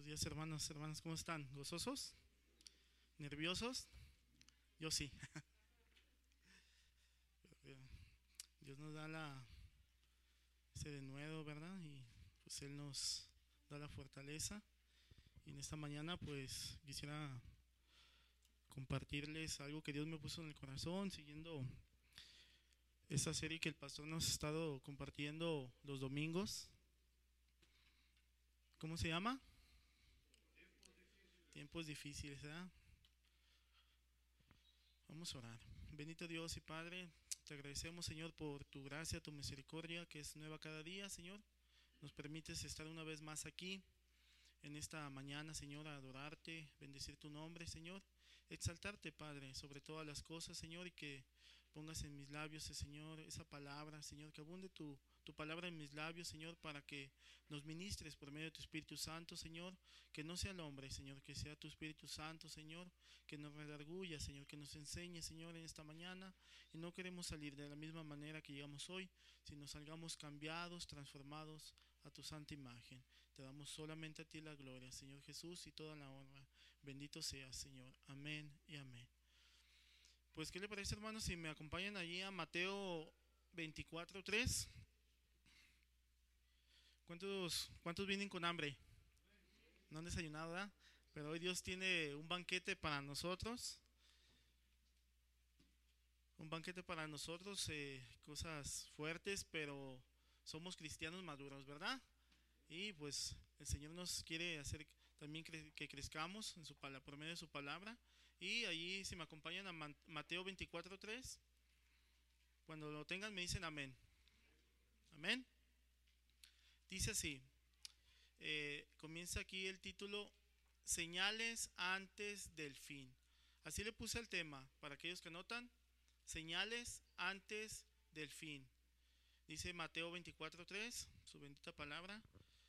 días, hermanos, hermanas, ¿cómo están? ¿Gozosos? ¿Nerviosos? Yo sí. Dios nos da ese denuedo, ¿verdad? Y pues Él nos da la fortaleza. Y en esta mañana pues quisiera compartirles algo que Dios me puso en el corazón, siguiendo esta serie que el pastor nos ha estado compartiendo los domingos. ¿Cómo se llama? Tiempos difíciles, ¿verdad? Vamos a orar. Bendito Dios y Padre, te agradecemos, Señor, por tu gracia, tu misericordia, que es nueva cada día, Señor. Nos permites estar una vez más aquí en esta mañana, Señor, a adorarte, bendecir tu nombre, Señor, exaltarte, Padre, sobre todas las cosas, Señor, y que pongas en mis labios, Señor, esa palabra, Señor, que abunde tu palabra en mis labios, Señor, para que nos ministres por medio de tu Espíritu Santo, Señor, que no sea el hombre, Señor, que sea tu Espíritu Santo, Señor, que nos redarguya, Señor, que nos enseñe, Señor, en esta mañana, y no queremos salir de la misma manera que llegamos hoy, sino salgamos cambiados, transformados a tu santa imagen. Te damos solamente a ti la gloria, Señor Jesús, y toda la honra. Bendito seas, Señor. Amén y amén. Pues, ¿qué le parece, hermanos, si me acompañan allí a Mateo 24:3? ¿Cuántos vienen con hambre? No han desayunado, ¿verdad? Pero hoy Dios tiene un banquete para nosotros. Un banquete para nosotros, cosas fuertes, pero somos cristianos maduros, ¿verdad? Y pues el Señor nos quiere hacer también que crezcamos en por medio de su palabra. Y allí, si me acompañan a Mateo 24:3, cuando lo tengan me dicen amén. Amén. Dice así, comienza aquí el título, señales antes del fin. Así le puse el tema, para aquellos que notan, señales antes del fin. Dice Mateo 24:3, su bendita palabra.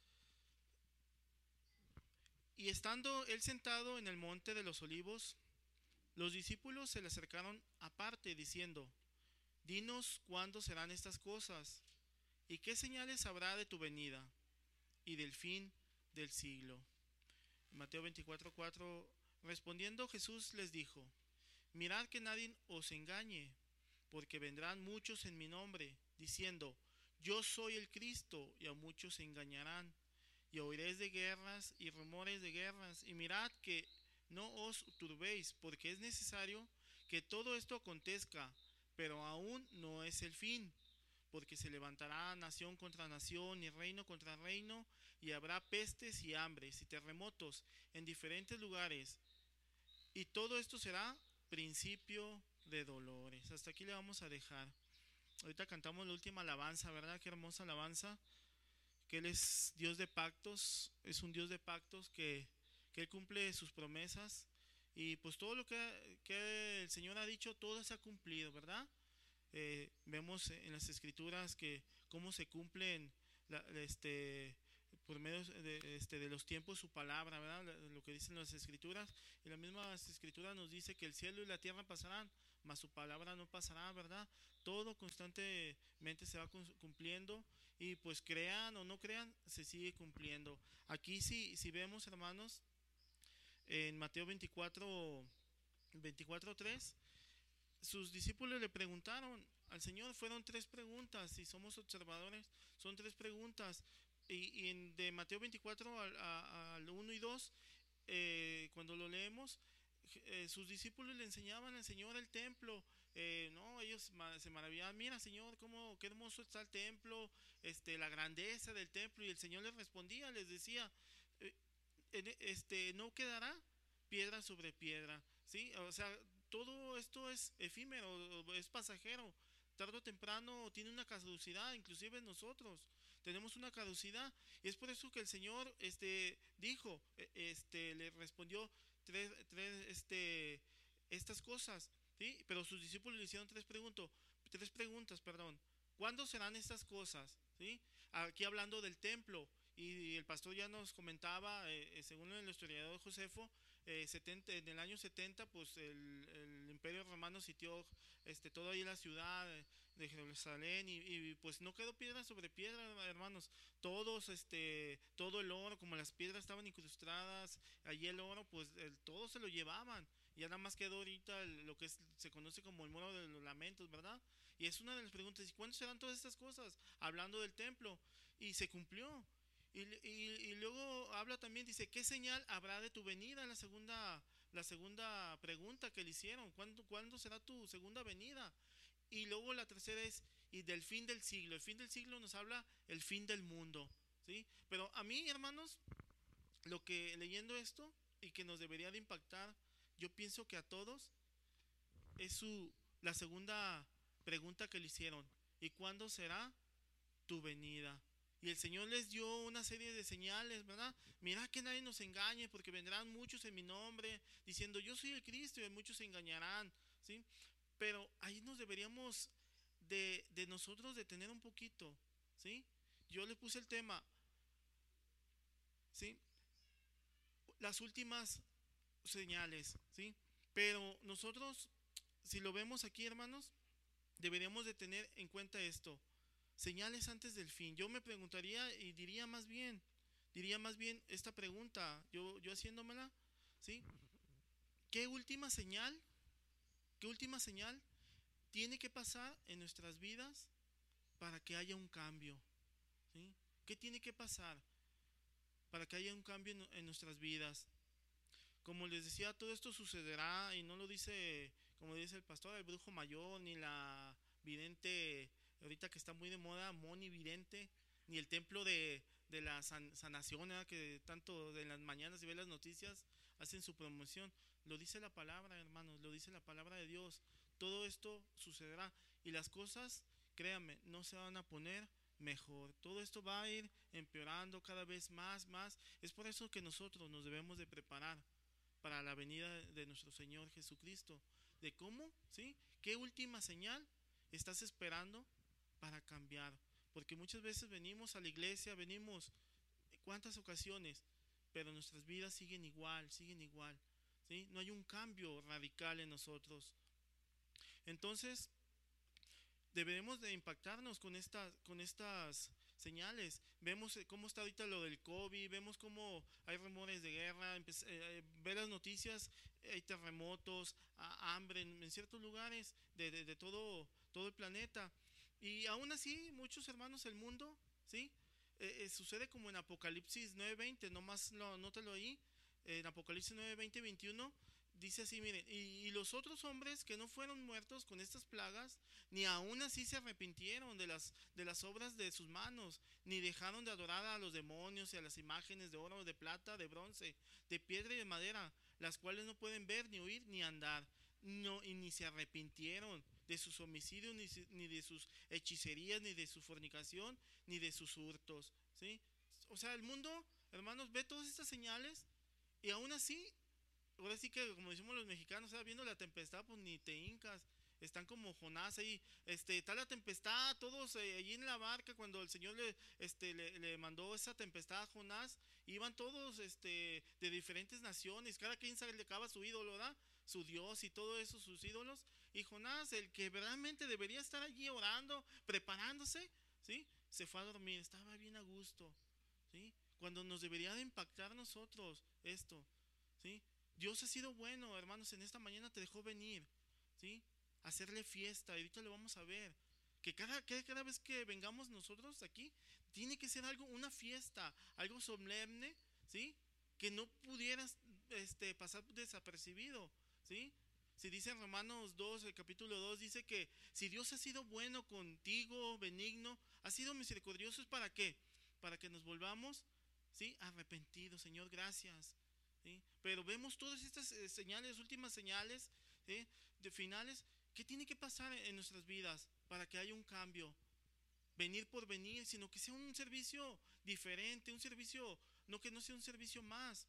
Y estando él sentado en el monte de los olivos, los discípulos se le acercaron aparte, diciendo, dinos cuándo serán estas cosas, y qué señales habrá de tu venida, y del fin del siglo. Mateo 24:4, respondiendo Jesús les dijo, mirad que nadie os engañe, porque vendrán muchos en mi nombre, diciendo, yo soy el Cristo, y a muchos se engañarán. Y oiréis de guerras y rumores de guerras, y mirad que no os turbéis, porque es necesario que todo esto acontezca, pero aún no es el fin, porque se levantará nación contra nación y reino contra reino, y habrá pestes y hambres y terremotos en diferentes lugares, y todo esto será principio de dolores. Hasta aquí le vamos a dejar. Ahorita cantamos la última alabanza, ¿verdad? Qué hermosa alabanza. Que Él es Dios de pactos, es un Dios de pactos que Él cumple sus promesas, y pues todo lo que el Señor ha dicho, todo se ha cumplido, ¿verdad? Vemos en las escrituras que cómo se cumplen por medio de los tiempos su palabra, ¿verdad? Lo que dicen las escrituras, y la misma escritura nos dice que el cielo y la tierra pasarán, mas su palabra no pasará, ¿verdad? Todo constantemente se va cumpliendo, y pues crean o no crean, se sigue cumpliendo. Aquí si vemos, hermanos, en Mateo 24:3, sus discípulos le preguntaron al Señor, fueron tres preguntas, si somos observadores, son tres preguntas. Y de Mateo 24 al 1 y 2, cuando lo leemos, sus discípulos le enseñaban al Señor el templo. No, ellos se maravillaban, mira, Señor, qué hermoso está el templo, la grandeza del templo. Y el Señor les respondía, les decía, no quedará piedra sobre piedra, ¿sí? O sea, todo esto es efímero, es pasajero, tarde o temprano tiene una caducidad, inclusive nosotros tenemos una caducidad, y es por eso que el Señor dijo, le respondió estas cosas, ¿sí? Pero sus discípulos le hicieron tres preguntas, perdón. ¿Cuándo serán estas cosas? ¿Sí? Aquí hablando del templo. Y el pastor ya nos comentaba, según el historiador Josefo, en el año 70, pues el imperio romano sitió todo ahí la ciudad de Jerusalén pues no quedó piedra sobre piedra, hermanos. Todos, todo el oro, como las piedras estaban incrustadas, allí el oro, pues todo se lo llevaban. Y nada más quedó ahorita lo que se conoce como el muro de los lamentos, ¿verdad? Y es una de las preguntas, ¿y cuándo serán todas estas cosas? Hablando del templo. Y se cumplió. Y luego habla también, dice, ¿qué señal habrá de tu venida? La segunda pregunta que le hicieron, ¿cuándo será tu segunda venida? Y luego la tercera es, y del fin del siglo. El fin del siglo nos habla el fin del mundo, ¿sí? Pero a mí, hermanos, lo que leyendo esto y que nos debería de impactar, yo pienso que a todos es la segunda pregunta que le hicieron. ¿Y cuándo será tu venida? Y el Señor les dio una serie de señales, ¿verdad? Mira que nadie nos engañe, porque vendrán muchos en mi nombre, diciendo yo soy el Cristo, y muchos se engañarán, ¿sí? Pero ahí nos deberíamos de nosotros detener un poquito, ¿sí? Yo le puse el tema, ¿sí? Las últimas señales, ¿sí? Pero nosotros, si lo vemos aquí, hermanos, deberíamos de tener en cuenta esto. Señales antes del fin. Yo me preguntaría y diría más bien esta pregunta, yo haciéndomela, ¿sí? ¿Qué última señal, qué última señal tiene que pasar en nuestras vidas para que haya un cambio? ¿Sí? ¿Qué tiene que pasar para que haya un cambio en nuestras vidas? Como les decía, todo esto sucederá y no lo dice, como dice el pastor, el brujo mayor, ni la vidente, ahorita que está muy de moda, Moni Vidente, ni el templo de la sanación, ¿verdad? Que tanto de las mañanas y ve las noticias hacen su promoción. Lo dice la palabra, hermanos, lo dice la palabra de Dios. Todo esto sucederá y las cosas, créanme, no se van a poner mejor. Todo esto va a ir empeorando cada vez más. Es por eso que nosotros nos debemos de preparar para la venida de nuestro Señor Jesucristo. ¿De cómo? ¿Sí? ¿Qué última señal estás esperando para cambiar? Porque muchas veces venimos a la iglesia, venimos cuántas ocasiones, pero nuestras vidas siguen igual, ¿sí? No hay un cambio radical en nosotros. Entonces, debemos de impactarnos con estas señales. Vemos cómo está ahorita lo del COVID, vemos cómo hay rumores de guerra, ve las noticias, hay terremotos, hambre en ciertos lugares de todo el planeta. Y aún así, muchos hermanos del mundo, ¿sí? Sucede como en Apocalipsis 9:20, nomás nótalo ahí, en Apocalipsis 9:20-21, dice así, miren, y los otros hombres que no fueron muertos con estas plagas, ni aún así se arrepintieron de las obras de sus manos, ni dejaron de adorar a los demonios y a las imágenes de oro, de plata, de bronce, de piedra y de madera, las cuales no pueden ver, ni oír, ni andar, no, y ni se arrepintieron de sus homicidios, ni de sus hechicerías, ni de su fornicación, ni de sus hurtos, ¿sí? O sea, el mundo, hermanos, ve todas estas señales y aún así, ahora sí que como decimos los mexicanos, viendo la tempestad, pues ni te hincas. Están como Jonás ahí, está la tempestad, todos allí en la barca, cuando el Señor le mandó esa tempestad a Jonás, iban todos de diferentes naciones, cada quien sacaba su ídolo, ¿verdad? Su Dios y todo eso, sus ídolos. Y Jonás, el que verdaderamente debería estar allí orando, preparándose, ¿sí? Se fue a dormir, estaba bien a gusto, ¿sí? Cuando nos debería de impactar nosotros esto, ¿sí? Dios ha sido bueno, hermanos, en esta mañana te dejó venir, ¿sí? Hacerle fiesta, y ahorita lo vamos a ver. Que cada vez que vengamos nosotros aquí, tiene que ser algo, una fiesta, algo solemne, ¿sí? Que no pudieras pasar desapercibido, ¿sí? Si dice en Romanos 2, el capítulo 2, dice que si Dios ha sido bueno contigo, benigno, ha sido misericordioso, ¿es para qué? Para que nos volvamos, ¿sí? Arrepentidos, Señor, gracias. ¿Sí? Pero vemos todas estas señales, últimas señales, ¿sí? De finales. ¿Qué tiene que pasar en nuestras vidas para que haya un cambio? Venir por venir, sino que sea un servicio diferente, un servicio, no que no sea un servicio más.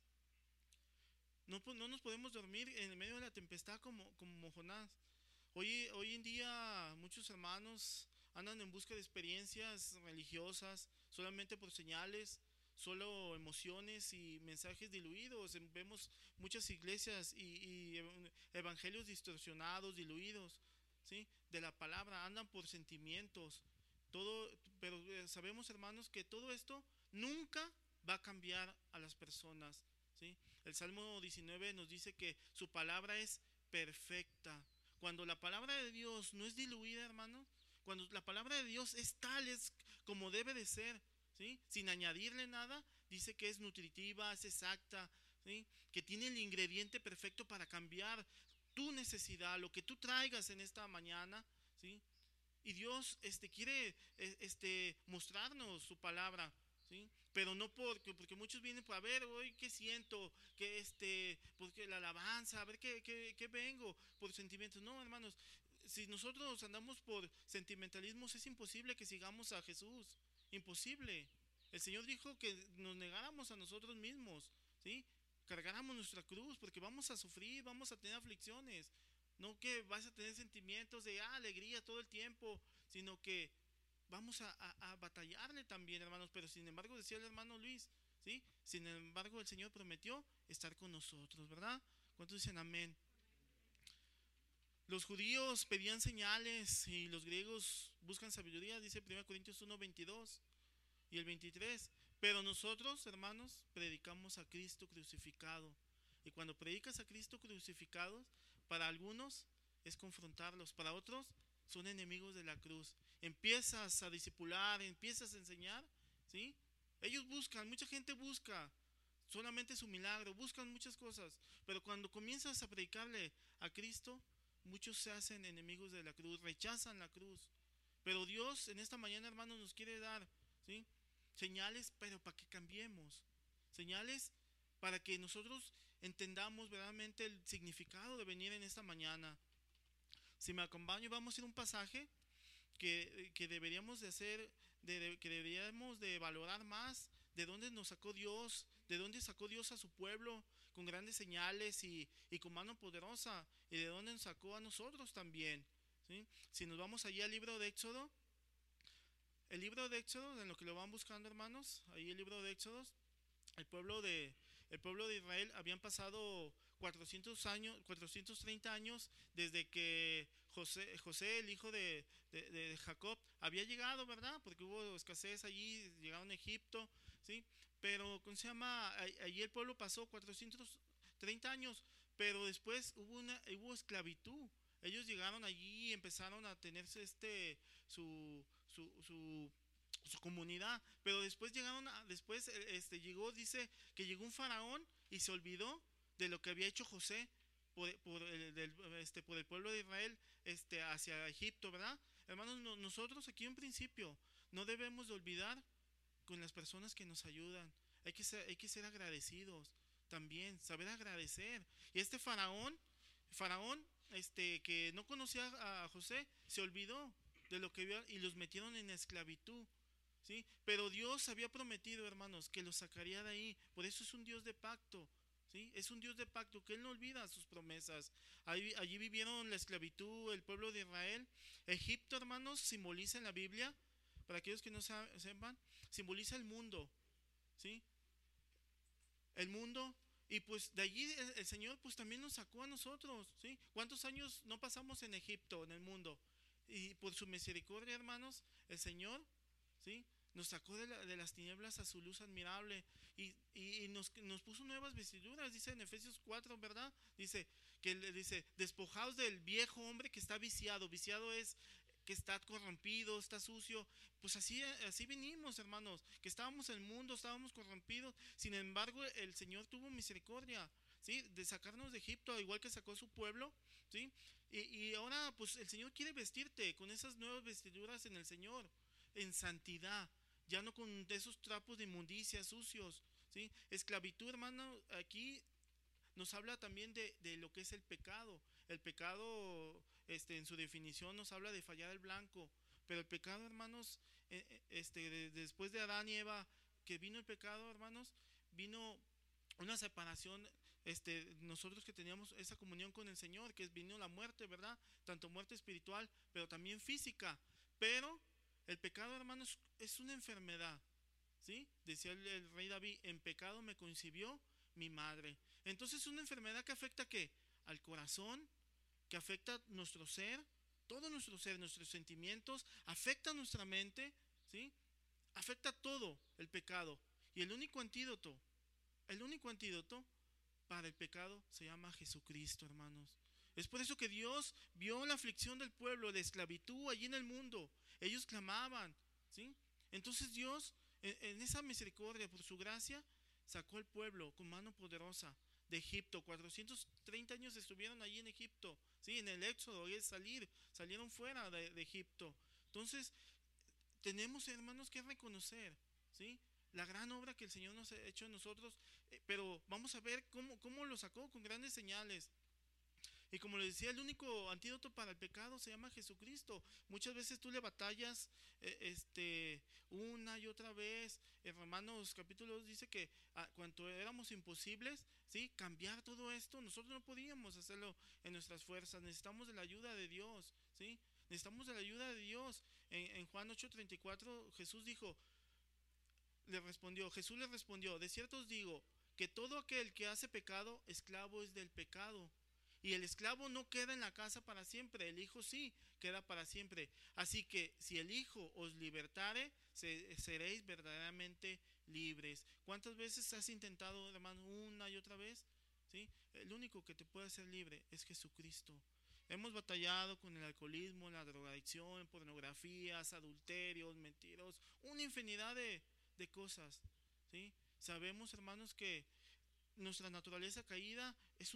No nos podemos dormir en el medio de la tempestad como Jonás. Hoy en día muchos hermanos andan en busca de experiencias religiosas solamente por señales, solo emociones y mensajes diluidos. Vemos muchas iglesias y evangelios distorsionados, diluidos, ¿sí? De la palabra, andan por sentimientos. Todo, pero sabemos, hermanos, que todo esto nunca va a cambiar a las personas, ¿sí? El Salmo 19 nos dice que su palabra es perfecta. Cuando la palabra de Dios no es diluida, hermanos, cuando la palabra de Dios es tal, es como debe de ser, ¿sí? Sin añadirle nada, dice que es nutritiva, es exacta, ¿sí? Que tiene el ingrediente perfecto para cambiar tu necesidad, lo que tú traigas en esta mañana, ¿sí? Y Dios quiere mostrarnos su palabra, ¿sí? Pero no porque muchos vienen para ver hoy qué siento, que porque la alabanza, a ver qué vengo por sentimientos. No, hermanos, si nosotros andamos por sentimentalismos, es imposible que sigamos a Jesús. Imposible. El Señor dijo que nos negáramos a nosotros mismos, ¿sí? Cargáramos nuestra cruz, porque vamos a sufrir, vamos a tener aflicciones. No que vas a tener sentimientos de alegría todo el tiempo, sino que vamos a batallarle también, hermanos. Pero sin embargo, decía el hermano Luis, ¿sí? Sin embargo, el Señor prometió estar con nosotros, ¿verdad? ¿Cuántos dicen amén? Los judíos pedían señales y los griegos buscan sabiduría, dice 1 Corintios 1:22 y el 23. Pero nosotros, hermanos, predicamos a Cristo crucificado. Y cuando predicas a Cristo crucificado, para algunos es confrontarlos, para otros son enemigos de la cruz. Empiezas a discipular, empiezas a enseñar, ¿sí? Ellos buscan, mucha gente busca solamente su milagro, buscan muchas cosas, pero cuando comienzas a predicarle a Cristo, muchos se hacen enemigos de la cruz, rechazan la cruz. Pero Dios en esta mañana, hermanos, nos quiere dar, ¿sí? Señales, pero para que cambiemos. Señales para que nosotros entendamos verdaderamente el significado de venir en esta mañana. Si me acompaño, vamos a ir a un pasaje que deberíamos de hacer, que deberíamos de valorar más, de dónde nos sacó Dios, de dónde sacó Dios a su pueblo con grandes señales y con mano poderosa, y de dónde nos sacó a nosotros también, ¿sí? Si nos vamos allí al libro de Éxodo, el libro de Éxodo, en lo que lo van buscando, hermanos, ahí el libro de Éxodo, el pueblo de, el pueblo de Israel habían pasado 400 años, 430 años desde que José el hijo de Jacob, había llegado, ¿verdad? Porque hubo escasez allí, llegaron a Egipto, ¿sí? Pero, ¿cómo se llama? Allí el pueblo pasó 430 años, pero después hubo esclavitud. Ellos llegaron allí y empezaron a tenerse su, su, su su comunidad, pero después llegó, dice que llegó un faraón y se olvidó de lo que había hecho José por el pueblo de Israel hacia Egipto, ¿verdad? Hermanos, nosotros aquí en principio no debemos de olvidar con las personas que nos ayudan. Hay que ser agradecidos también, saber agradecer. Y faraón, que no conocía a José, se olvidó de lo que vio y los metieron en esclavitud. ¿Sí? Pero Dios había prometido, hermanos, que los sacaría de ahí. Por eso es un Dios de pacto, ¿sí? Es un Dios de pacto, que Él no olvida sus promesas. Allí vivieron la esclavitud, el pueblo de Israel. Egipto, hermanos, simboliza en la Biblia, para aquellos que no sepan, simboliza el mundo, ¿sí? El mundo. Y pues de allí el Señor pues también nos sacó a nosotros, ¿sí? ¿Cuántos años no pasamos en Egipto, en el mundo? Y por su misericordia, hermanos, el Señor, ¿sí? Nos sacó de las tinieblas a su luz admirable y nos puso nuevas vestiduras, dice en Efesios 4, ¿verdad? Dice, despojados del viejo hombre que está viciado. Viciado es que está corrompido, está sucio. Pues así venimos, hermanos, que estábamos en el mundo, estábamos corrompidos. Sin embargo, el Señor tuvo misericordia, ¿sí? De sacarnos de Egipto, igual que sacó a su pueblo, ¿sí? Y ahora, pues el Señor quiere vestirte con esas nuevas vestiduras en el Señor, en santidad, ya no con esos trapos de inmundicia sucios, ¿sí? Esclavitud, hermano, aquí nos habla también de lo que es el pecado. El pecado, en su definición, nos habla de fallar el blanco. Pero el pecado, hermanos, después de Adán y Eva, que vino el pecado, hermanos, vino una separación. Nosotros que teníamos esa comunión con el Señor, que vino la muerte, ¿verdad? Tanto muerte espiritual, pero también física. Pero el pecado, hermanos, es una enfermedad, ¿sí? Decía el rey David, en pecado me concibió mi madre. Entonces una enfermedad que afecta ¿qué? Al corazón, que afecta nuestro ser, todo nuestro ser, nuestros sentimientos, afecta nuestra mente, ¿sí? Afecta todo el pecado. Y el único antídoto para el pecado se llama Jesucristo, hermanos. Es por eso que Dios vio la aflicción del pueblo, la esclavitud allí en el mundo. Ellos clamaban, ¿sí? Entonces Dios, en esa misericordia, por su gracia, sacó al pueblo con mano poderosa de Egipto. 430 años estuvieron allí en Egipto, ¿sí? En el éxodo, es salieron fuera de Egipto. Entonces, tenemos, hermanos, que reconocer, ¿sí? La gran obra que el Señor nos ha hecho en nosotros, pero vamos a ver cómo lo sacó con grandes señales. Y como les decía, el único antídoto para el pecado se llama Jesucristo. Muchas veces tú le batallas una y otra vez. En Romanos capítulo 2 dice que cuando éramos imposibles, ¿sí? Cambiar todo esto, nosotros no podíamos hacerlo en nuestras fuerzas. Necesitamos de la ayuda de Dios, ¿sí? Necesitamos de la ayuda de Dios. En Juan 8:34 Jesús le respondió, de cierto os digo, que todo aquel que hace pecado, esclavo es del pecado. Y el esclavo no queda en la casa para siempre, el Hijo sí queda para siempre. Así que si el Hijo os libertare, seréis verdaderamente libres. ¿Cuántas veces has intentado, hermano, una y otra vez? ¿Sí? El único que te puede hacer libre es Jesucristo. Hemos batallado con el alcoholismo, la drogadicción, pornografías, adulterios, mentiros, una infinidad de cosas, ¿sí? Sabemos, hermanos, que nuestra naturaleza caída es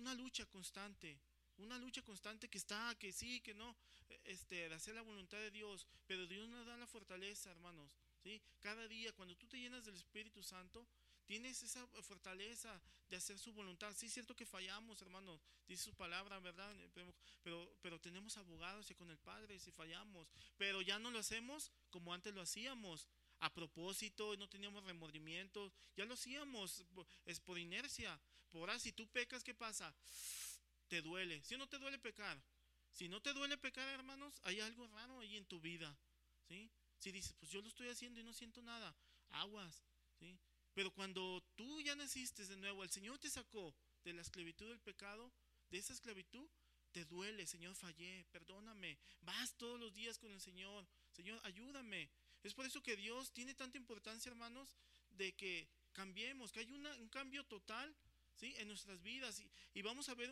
una lucha constante que está, que sí, que no, de hacer la voluntad de Dios, pero Dios nos da la fortaleza, hermanos, ¿sí? Cada día, cuando tú te llenas del Espíritu Santo, tienes esa fortaleza de hacer su voluntad. Sí, es cierto que fallamos, hermanos, dice su palabra, ¿verdad? Pero tenemos abogados con el Padre si fallamos, pero ya no lo hacemos como antes lo hacíamos. A propósito, no teníamos remordimientos, ya lo hacíamos, es por inercia. Por ahora, si tú pecas, ¿qué pasa? Te duele. Si no te duele pecar, si no te duele pecar, hermanos, hay algo raro ahí en tu vida, ¿sí? Si dices, pues yo lo estoy haciendo y no siento nada, aguas, ¿sí? Pero cuando tú ya naciste de nuevo, el Señor te sacó de la esclavitud del pecado, de esa esclavitud, te duele, Señor, fallé, perdóname. Vas todos los días con el Señor, Señor, ayúdame. Es por eso que Dios tiene tanta importancia, hermanos, de que cambiemos, que hay un cambio total, ¿sí? En nuestras vidas. Y vamos a ver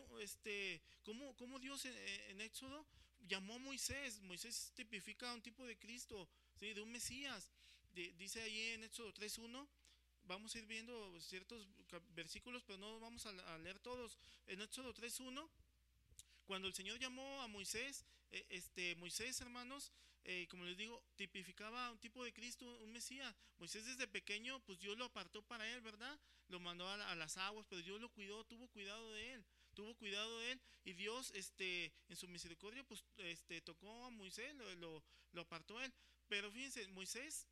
cómo Dios en Éxodo llamó a Moisés. Moisés tipifica un tipo de Cristo, ¿sí? De un Mesías. Dice ahí en Éxodo 3:1. Vamos a ir viendo ciertos versículos, pero no vamos a leer todos. En Éxodo 3:1, cuando el Señor llamó a Moisés, Moisés, hermanos, como les digo, tipificaba un tipo de Cristo, un Mesías. Moisés desde pequeño, pues Dios lo apartó para él, ¿verdad? Lo mandó a las aguas, pero Dios lo cuidó, tuvo cuidado de él. Tuvo cuidado de él y Dios, en su misericordia, pues, tocó a Moisés, lo apartó a él. Pero fíjense, Moisés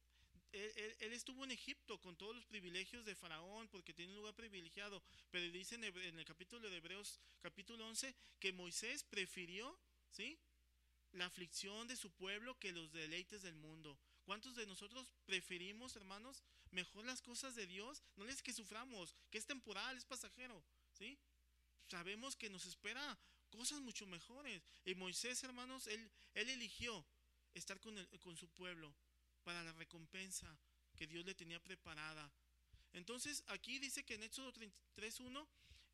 él estuvo en Egipto con todos los privilegios de Faraón porque tiene un lugar privilegiado, pero dice en el capítulo de Hebreos, capítulo 11, que Moisés prefirió, ¿sí? La aflicción de su pueblo que los deleites del mundo. ¿Cuántos de nosotros preferimos, hermanos, mejor las cosas de Dios? No es que suframos, que es temporal, es pasajero, ¿sí? Sabemos que nos espera cosas mucho mejores. Y Moisés, hermanos, él eligió estar con su pueblo para la recompensa que Dios le tenía preparada. Entonces aquí dice que en Éxodo 3:1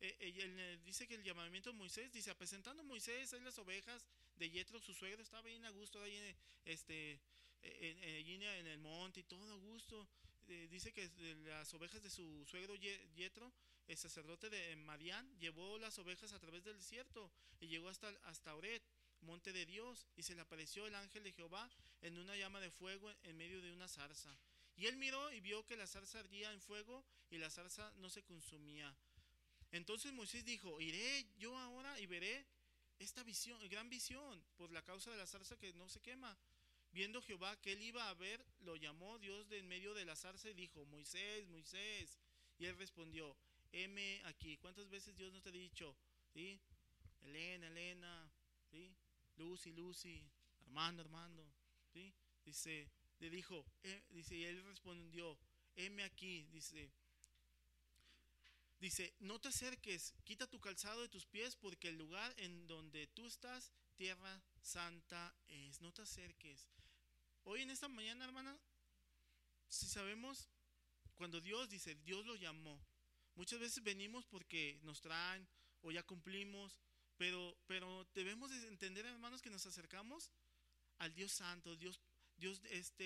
dice que el llamamiento de Moisés, dice, presentando Moisés ahí las ovejas de Yetro, su suegro, estaba bien a gusto ahí en el monte y todo a gusto. Dice que las ovejas de su suegro Yetro, el sacerdote de Madián, llevó las ovejas a través del desierto y llegó hasta Oret, monte de Dios, y se le apareció el ángel de Jehová en una llama de fuego en medio de una zarza. Y él miró y vio que la zarza ardía en fuego y la zarza no se consumía. Entonces Moisés dijo, iré yo ahora y veré esta visión, gran visión, por la causa de la zarza que no se quema. Viendo Jehová que él iba a ver, lo llamó Dios de en medio de la zarza y dijo, Moisés, Moisés. Y él respondió, heme aquí. ¿Cuántas veces Dios no te ha dicho? ¿Sí? Elena, Elena, ¿sí? Lucy, Lucy, Armando, Armando, ¿sí? Dice, le dijo, dice, y él respondió, heme aquí, dice, no te acerques, quita tu calzado de tus pies, porque el lugar en donde tú estás, tierra santa es. No te acerques. Hoy en esta mañana, hermana, si sabemos, cuando Dios dice, Dios lo llamó, muchas veces venimos porque nos traen o ya cumplimos, pero debemos de entender, hermanos, que nos acercamos al Dios santo, Dios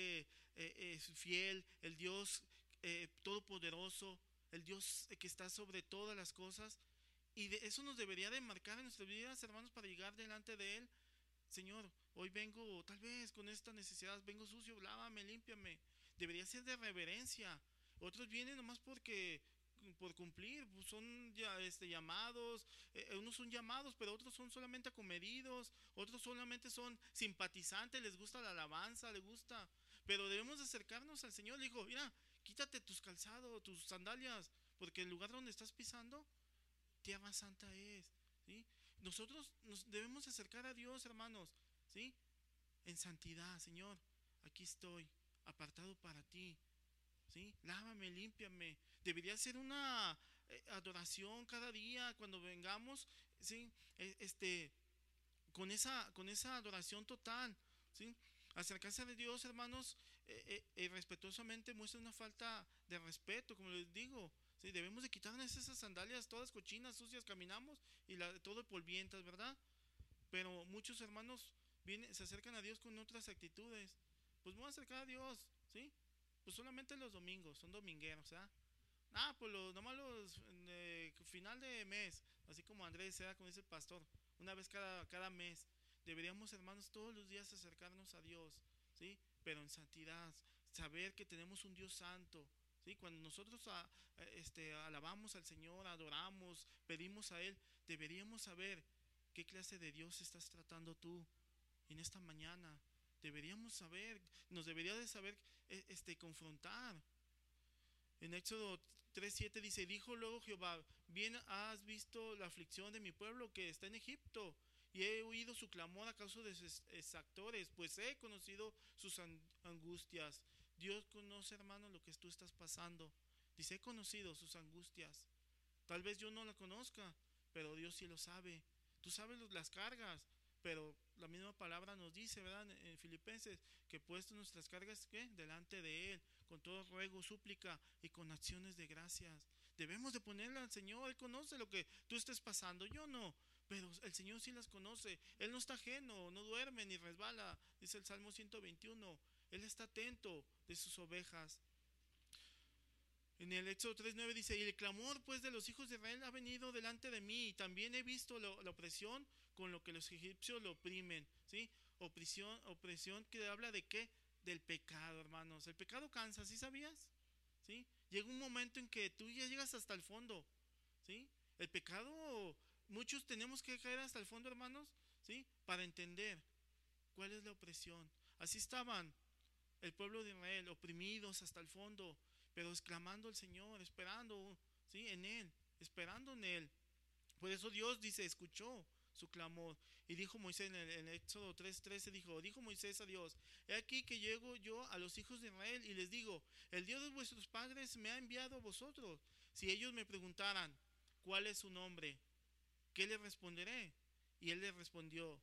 fiel, el Dios todopoderoso, el Dios que está sobre todas las cosas. Y de eso nos debería de marcar en nuestras vidas, hermanos, para llegar delante de Él. Señor, hoy vengo tal vez con esta necesidad, vengo sucio, lávame, límpiame. Debería ser de reverencia. Otros vienen nomás porque por cumplir, pues son ya llamados, unos son llamados, pero otros son solamente acomedidos, otros solamente son simpatizantes, les gusta la alabanza, les gusta, pero debemos acercarnos al Señor. Le dijo, mira, quítate tus calzados, tus sandalias, porque el lugar donde estás pisando, tierra santa es, ¿sí? Nosotros nos debemos acercar a Dios, hermanos, ¿sí? En santidad, Señor, aquí estoy, apartado para ti, ¿sí? Lávame, límpiame. Debería ser una adoración cada día cuando vengamos, ¿sí? Con esa adoración total, ¿sí? Acercarse a Dios, hermanos, respetuosamente muestra una falta de respeto, como les digo. ¿Sí? Debemos de quitarnos esas sandalias todas cochinas, sucias, caminamos y todo polvientas, ¿verdad? Pero muchos hermanos se acercan a Dios con otras actitudes. Pues me voy a acercar a Dios, ¿sí? Pues solamente los domingos, son domingueros, ¿ah? Pues nomás los final de mes, así como Andrés, como dice el pastor, una vez cada mes. Deberíamos, hermanos, todos los días acercarnos a Dios, ¿sí? Pero en santidad, saber que tenemos un Dios santo, ¿sí? Cuando nosotros alabamos al Señor, adoramos, pedimos a Él, deberíamos saber qué clase de Dios estás tratando tú en esta mañana. Deberíamos saber, nos debería de saber confrontar. En Éxodo 3:7 dice, dijo luego Jehová, bien has visto la aflicción de mi pueblo que está en Egipto, y he oído su clamor a causa de sus exactores, pues he conocido sus angustias. Dios conoce, hermano, lo que tú estás pasando. Dice, he conocido sus angustias. Tal vez yo no la conozca, pero Dios sí lo sabe. Tú sabes las cargas, pero la misma palabra nos dice, ¿verdad? En Filipenses, que puesto nuestras cargas, ¿qué? Delante de Él, con todo ruego, súplica y con acciones de gracias. Debemos de ponerla al Señor. Él conoce lo que tú estés pasando, yo no, pero el Señor sí las conoce. Él no está ajeno, no duerme ni resbala, dice el Salmo 121. Él está atento de sus ovejas. En el Éxodo 3:9 dice, y el clamor pues de los hijos de Israel ha venido delante de mí, y también he visto la opresión con lo que los egipcios lo oprimen, ¿sí? Opresión que habla de qué? Del pecado, hermanos. El pecado cansa, ¿sí sabías? ¿Sí? Llega un momento en que tú ya llegas hasta el fondo, ¿sí? El pecado, muchos tenemos que caer hasta el fondo, hermanos, ¿sí? Para entender cuál es la opresión. Así estaban el pueblo de Israel, oprimidos hasta el fondo, pero exclamando al Señor, esperando, ¿sí? En Él, esperando en Él. Por eso Dios dice, escuchó su clamor. Y dijo Moisés en el Éxodo 3:13, dijo Moisés a Dios, he aquí que llego yo a los hijos de Israel y les digo, el Dios de vuestros padres me ha enviado a vosotros. Si ellos me preguntaran, ¿cuál es su nombre? ¿Qué le responderé? Y él le respondió,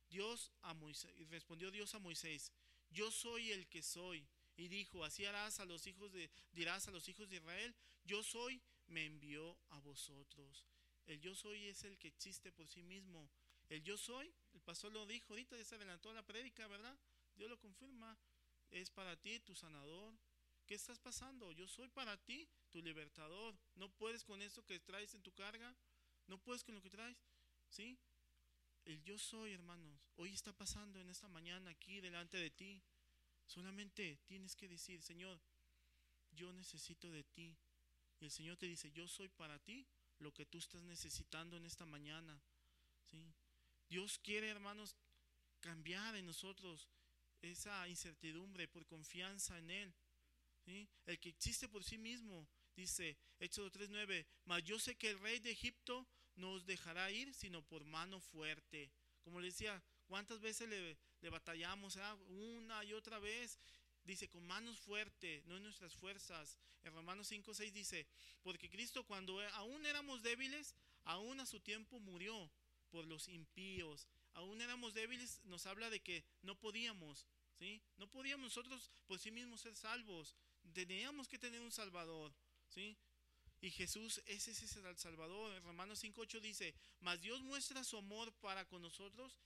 respondió Dios a Moisés, yo soy el que soy. Y dijo, así dirás a los hijos de Israel, yo soy, me envió a vosotros. El yo soy es el que existe por sí mismo. El yo soy, el pastor lo dijo ahorita, ya se adelantó la prédica, ¿verdad? Dios lo confirma, es para ti tu sanador. ¿Qué estás pasando? Yo soy para ti tu libertador. No puedes con eso que traes en tu carga, no puedes con lo que traes, ¿sí? El yo soy, hermanos, hoy está pasando en esta mañana aquí delante de ti. Solamente tienes que decir, Señor, yo necesito de ti. Y el Señor te dice, yo soy para ti lo que tú estás necesitando en esta mañana, ¿sí? Dios quiere, hermanos, cambiar en nosotros esa incertidumbre por confianza en Él, ¿sí? El que existe por sí mismo, dice Éxodo 3:9, mas yo sé que el rey de Egipto no os dejará ir sino por mano fuerte. Como le decía, ¿cuántas veces le batallamos? Una y otra vez. dice, con manos fuertes, no en nuestras fuerzas. En Romanos 5:6 dice, porque Cristo cuando aún éramos débiles, aún a su tiempo murió por los impíos. Aún éramos débiles, nos habla de que no podíamos, ¿sí? No podíamos nosotros por sí mismos ser salvos. Teníamos que tener un Salvador, ¿sí? Y Jesús ese es el Salvador. En Romanos 5:8 dice, mas Dios muestra su amor para con nosotros,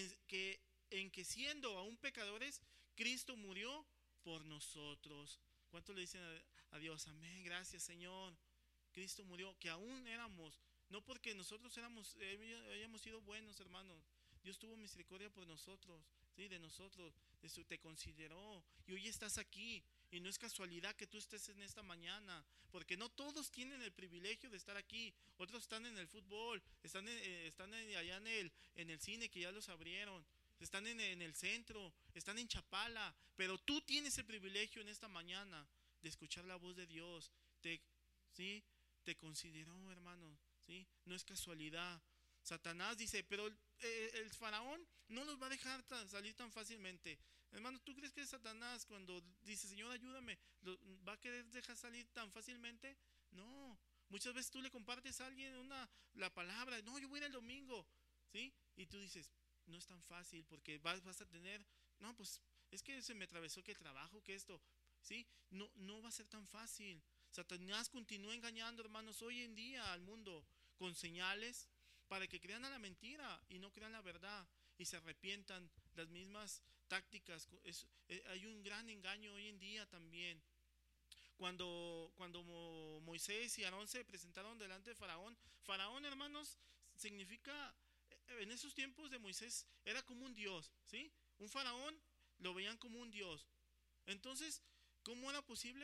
en que siendo aún pecadores, Cristo murió por nosotros. ¿Cuánto le dicen a Dios? Amén, gracias Señor. Cristo murió, que aún éramos, no porque nosotros hayamos sido buenos, hermanos. Dios tuvo misericordia por nosotros, ¿sí? De nosotros, te consideró y hoy estás aquí. Y no es casualidad que tú estés en esta mañana, porque no todos tienen el privilegio de estar aquí. Otros están en el fútbol, están allá en el cine que ya los abrieron, están en el centro, están en Chapala, pero tú tienes el privilegio en esta mañana de escuchar la voz de Dios. ¿Sí? Te consideró, hermano, ¿sí? No es casualidad. Satanás dice, pero el faraón no los va a dejar salir tan fácilmente. Hermano, ¿tú crees que Satanás cuando dice, Señor, ayúdame, va a querer dejar salir tan fácilmente? No. Muchas veces tú le compartes a alguien la palabra, no, yo voy a ir el domingo, ¿sí? Y tú dices, no es tan fácil porque vas a tener, no, pues es que se me atravesó que el trabajo, que esto, ¿sí? No va a ser tan fácil. Satanás continúa engañando, hermanos, hoy en día al mundo con señales para que crean a la mentira y no crean la verdad y se arrepientan las mismas tácticas. Hay un gran engaño hoy en día también. Cuando Moisés y Aarón se presentaron delante de Faraón, Faraón, hermanos, significa, en esos tiempos de Moisés era como un dios, ¿sí? Un faraón lo veían como un dios. Entonces, ¿cómo era posible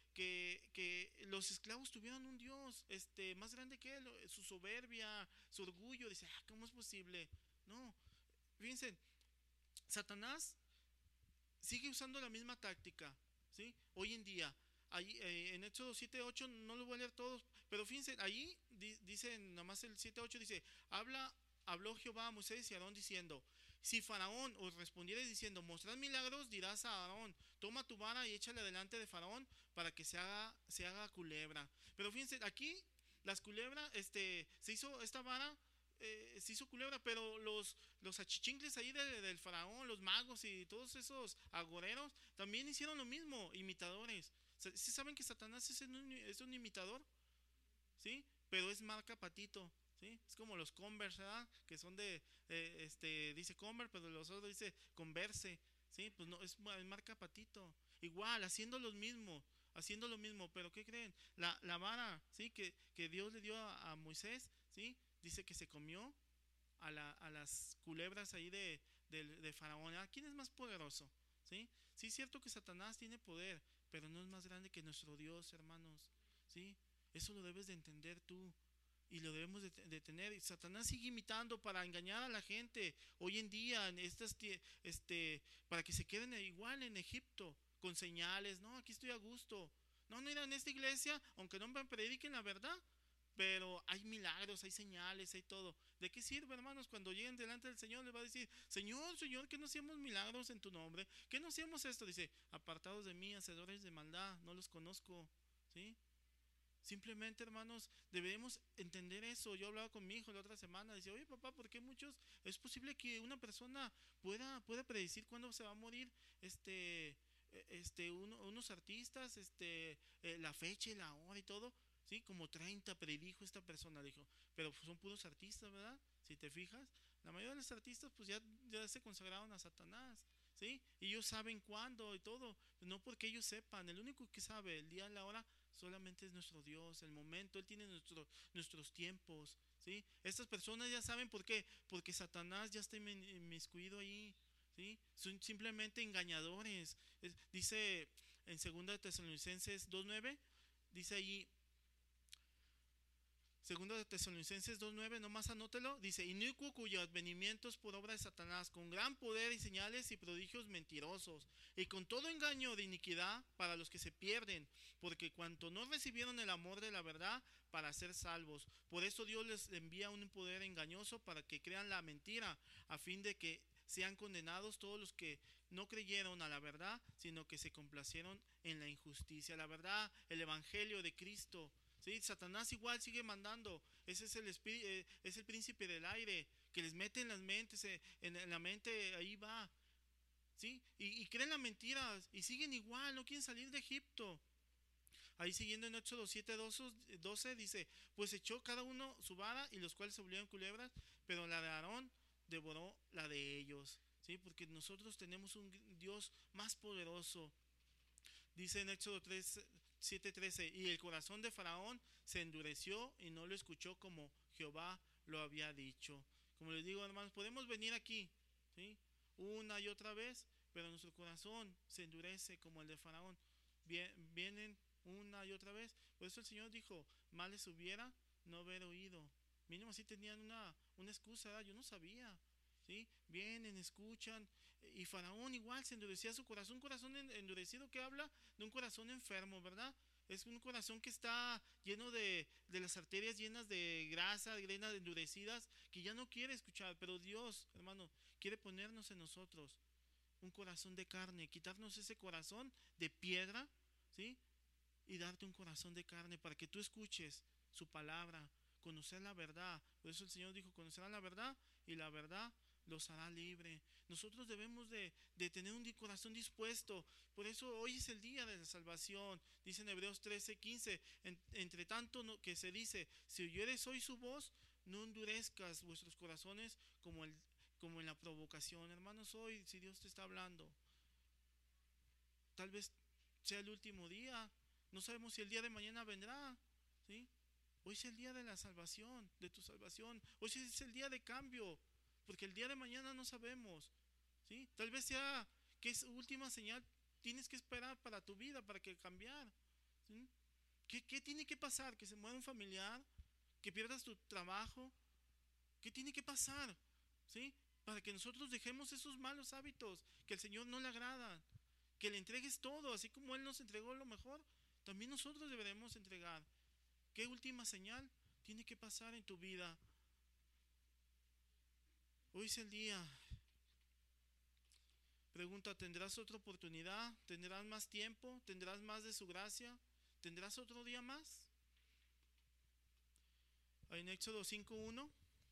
que los esclavos tuvieran un Dios más grande que él? Su soberbia, su orgullo. Dice, ¿cómo es posible? No, fíjense, Satanás sigue usando la misma táctica, ¿sí? Hoy en día, ahí, en Éxodo 7:8, no lo voy a leer todos, pero fíjense, ahí dice, nada más el 7:8 dice, habló Jehová a Moisés y a Aarón diciendo, si Faraón os respondiere diciendo, mostrad milagros, dirás a Aarón, toma tu vara y échale delante de Faraón para que se haga culebra. Pero fíjense, aquí las culebras, se hizo esta vara, se hizo culebra, pero los achichincles ahí del faraón, los magos y todos esos agoreros también hicieron lo mismo, imitadores. ¿Sí saben que Satanás es un imitador? ¿Sí? Pero es marca patito, ¿sí? Es como los Converse, ¿verdad? Que son dice Converse, pero los otros dice Converse, ¿sí? Pues no, es marca patito. Igual, haciendo lo mismo, pero ¿qué creen? La vara, ¿sí? Que Dios le dio a Moisés, ¿sí? Dice que se comió a las culebras ahí de Faraón. ¿Quién es más poderoso? ¿Sí? Sí es cierto que Satanás tiene poder, pero no es más grande que nuestro Dios, hermanos. ¿Sí? Eso lo debes de entender tú y lo debemos de tener. Y Satanás sigue imitando para engañar a la gente hoy en día en para que se queden igual en Egipto con señales. No, aquí estoy a gusto. No, no, en esta iglesia, aunque no me prediquen la verdad, pero hay milagros, hay señales, hay todo. ¿De qué sirve, hermanos? Cuando lleguen delante del Señor, les va a decir, Señor, Señor, que no hacemos milagros en tu nombre, que no hacemos esto. Dice, apartados de mí, hacedores de maldad, no los conozco. ¿Sí? Simplemente, hermanos, debemos entender eso. Yo hablaba con mi hijo la otra semana, dice, oye papá, ¿por qué es posible que una persona pueda predecir cuándo se va a morir unos artistas, la fecha y la hora y todo? Sí, como 30 predijo esta persona, dijo, pero son puros artistas, ¿verdad? Si te fijas, la mayoría de los artistas pues ya se consagraron a Satanás, ¿sí? Y ellos saben cuándo y todo, no porque ellos sepan, el único que sabe el día y la hora solamente es nuestro Dios, el momento, Él tiene nuestros tiempos, ¿sí? Estas personas ya saben por qué, porque Satanás ya está inmiscuido ahí, ¿sí? Son simplemente engañadores. Dice en 2 Tesalonicenses 2:9, dice allí, 2 Tesalonicenses 2:9, nomás anótelo, dice, inicuo cuyo advenimiento es por obra de Satanás, con gran poder y señales y prodigios mentirosos, y con todo engaño de iniquidad para los que se pierden, porque cuanto no recibieron el amor de la verdad para ser salvos, por eso Dios les envía un poder engañoso para que crean la mentira, a fin de que sean condenados todos los que no creyeron a la verdad, sino que se complacieron en la injusticia. La verdad, el evangelio de Cristo. ¿Sí? Satanás igual sigue mandando. Ese es el espíritu, es el príncipe del aire que les mete en las mentes, en la mente, ahí va. ¿Sí? Y creen las mentiras y siguen igual, no quieren salir de Egipto. Ahí siguiendo en Éxodo 7:12 dice, pues echó cada uno su vara y los cuales se volvieron culebras, pero la de Aarón devoró la de ellos. ¿Sí? Porque nosotros tenemos un Dios más poderoso. Dice en Éxodo 7:13, y el corazón de Faraón se endureció y no lo escuchó como Jehová lo había dicho. Como les digo, hermanos, podemos venir aquí, ¿sí? Una y otra vez, pero nuestro corazón se endurece como el de Faraón. Vienen una y otra vez. Por eso el Señor dijo, mal les hubiera no haber oído. Mínimo así tenían una excusa, ¿verdad? Yo no sabía. ¿Sí? Vienen, escuchan. Y Faraón igual se endurecía su corazón. Un corazón endurecido que habla de un corazón enfermo, ¿verdad? Es un corazón que está lleno de las arterias llenas de grasa, llenas de endurecidas, que ya no quiere escuchar. Pero Dios, hermano, quiere ponernos en nosotros un corazón de carne, quitarnos ese corazón de piedra, ¿sí? Y darte un corazón de carne para que tú escuches su palabra, conocer la verdad. Por eso el Señor dijo, conocerán la verdad y la verdad los hará libre. Nosotros debemos de tener un corazón dispuesto. Por eso hoy es el día de la salvación. Dice en Hebreos 13:15, entre tanto que se dice, si oyeres hoy su voz, no endurezcas vuestros corazones como en la provocación. Hermanos, hoy si Dios te está hablando, tal vez sea el último día. No sabemos si el día de mañana vendrá, ¿sí? Hoy es el día de la salvación, de tu salvación. Hoy es el día de cambio, porque el día de mañana no sabemos, ¿sí? Tal vez sea que es última señal, tienes que esperar para tu vida, para que cambiar, ¿sí? ¿Qué tiene que pasar? ¿Que se muera un familiar? ¿Que pierdas tu trabajo? ¿Qué tiene que pasar? ¿Sí? Para que nosotros dejemos esos malos hábitos que al Señor no le agradan, que le entregues todo, así como Él nos entregó lo mejor, también nosotros deberemos entregar. ¿Qué última señal tiene que pasar en tu vida? Hoy es el día. Pregunta, ¿tendrás otra oportunidad? ¿Tendrás más tiempo? ¿Tendrás más de su gracia? ¿Tendrás otro día más? En Éxodo 5:1,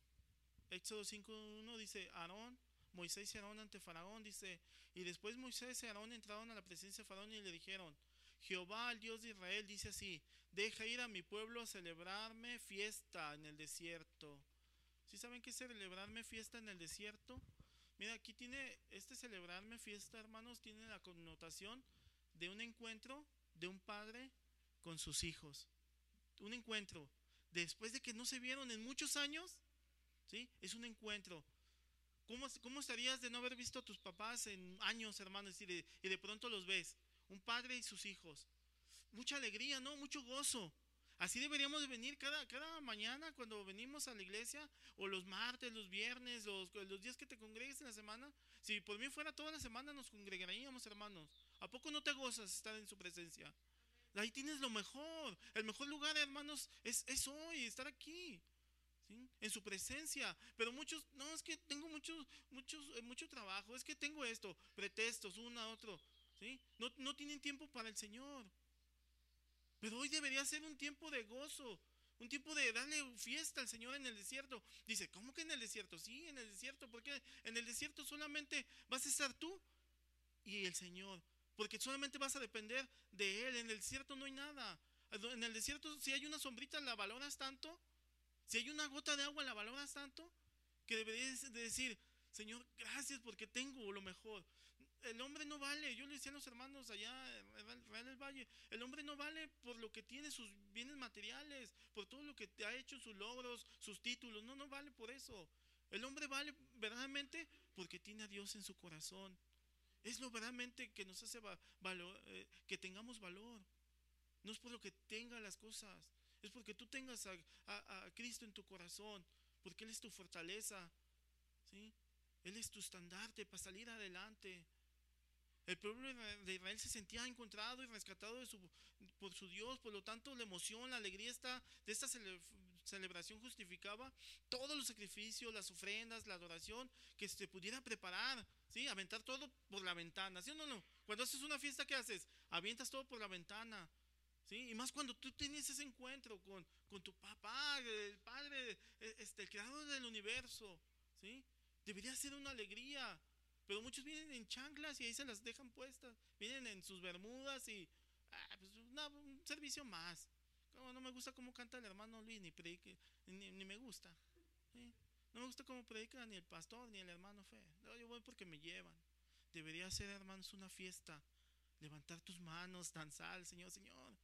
Éxodo 5:1 dice, Moisés y Aarón ante Faraón, dice, y después Moisés y Aarón entraron a la presencia de Faraón y le dijeron, Jehová, el Dios de Israel, dice así, deja ir a mi pueblo a celebrarme fiesta en el desierto. ¿Sí saben qué es celebrarme fiesta en el desierto? Mira, aquí tiene, celebrarme fiesta, hermanos, tiene la connotación de un encuentro de un padre con sus hijos. Un encuentro. Después de que no se vieron en muchos años, ¿sí? Es un encuentro. ¿Cómo estarías de no haber visto a tus papás en años, hermanos, y de pronto los ves? Un padre y sus hijos. Mucha alegría, ¿no? Mucho gozo. Así deberíamos de venir cada mañana cuando venimos a la iglesia, o los martes, los viernes, los días que te congregues en la semana. Si por mí fuera toda la semana nos congregaríamos, hermanos. ¿A poco no te gozas estar en su presencia? Ahí tienes lo mejor. El mejor lugar, hermanos, es hoy, estar aquí, ¿sí? En su presencia. Pero muchos, no, es que tengo mucho trabajo, es que tengo esto, pretextos, otro, ¿sí? No tienen tiempo para el Señor. Pero hoy debería ser un tiempo de gozo, un tiempo de darle fiesta al Señor en el desierto. Dice, ¿cómo que en el desierto? Sí, en el desierto, porque en el desierto solamente vas a estar tú y el Señor, porque solamente vas a depender de Él. En el desierto no hay nada. En el desierto, si hay una sombrita, la valoras tanto. Si hay una gota de agua, la valoras tanto, que deberías de decir, Señor, gracias porque tengo lo mejor. El hombre no vale, yo le decía a los hermanos allá en Real del Valle, el hombre no vale por lo que tiene, sus bienes materiales, por todo lo que te ha hecho, sus logros, sus títulos, no vale por eso. El hombre vale verdaderamente porque tiene a Dios en su corazón. Es lo verdaderamente que nos hace que tengamos valor. No es por lo que tenga las cosas, es porque tú tengas a Cristo en tu corazón, porque Él es tu fortaleza, ¿sí? Él es tu estandarte para salir adelante. El pueblo de Israel se sentía encontrado y rescatado por su Dios, por lo tanto la emoción, la alegría de esta celebración justificaba todos los sacrificios, las ofrendas, la adoración que se pudiera preparar, ¿sí? Aventar todo por la ventana, ¿sí o no? Cuando haces una fiesta, ¿qué haces? Avientas todo por la ventana, ¿sí? Y más cuando tú tienes ese encuentro con tu papá, el Padre, el creador del universo, ¿sí? Debería ser una alegría. Pero muchos vienen en chanclas y ahí se las dejan puestas. Vienen en sus bermudas y pues un servicio más. Como no me gusta cómo canta el hermano Luis, ni predique, ni me gusta. ¿Sí? No me gusta cómo predica ni el pastor ni el hermano Fe. No, yo voy porque me llevan. Debería ser, hermanos, una fiesta. Levantar tus manos, danzar al Señor, Señor.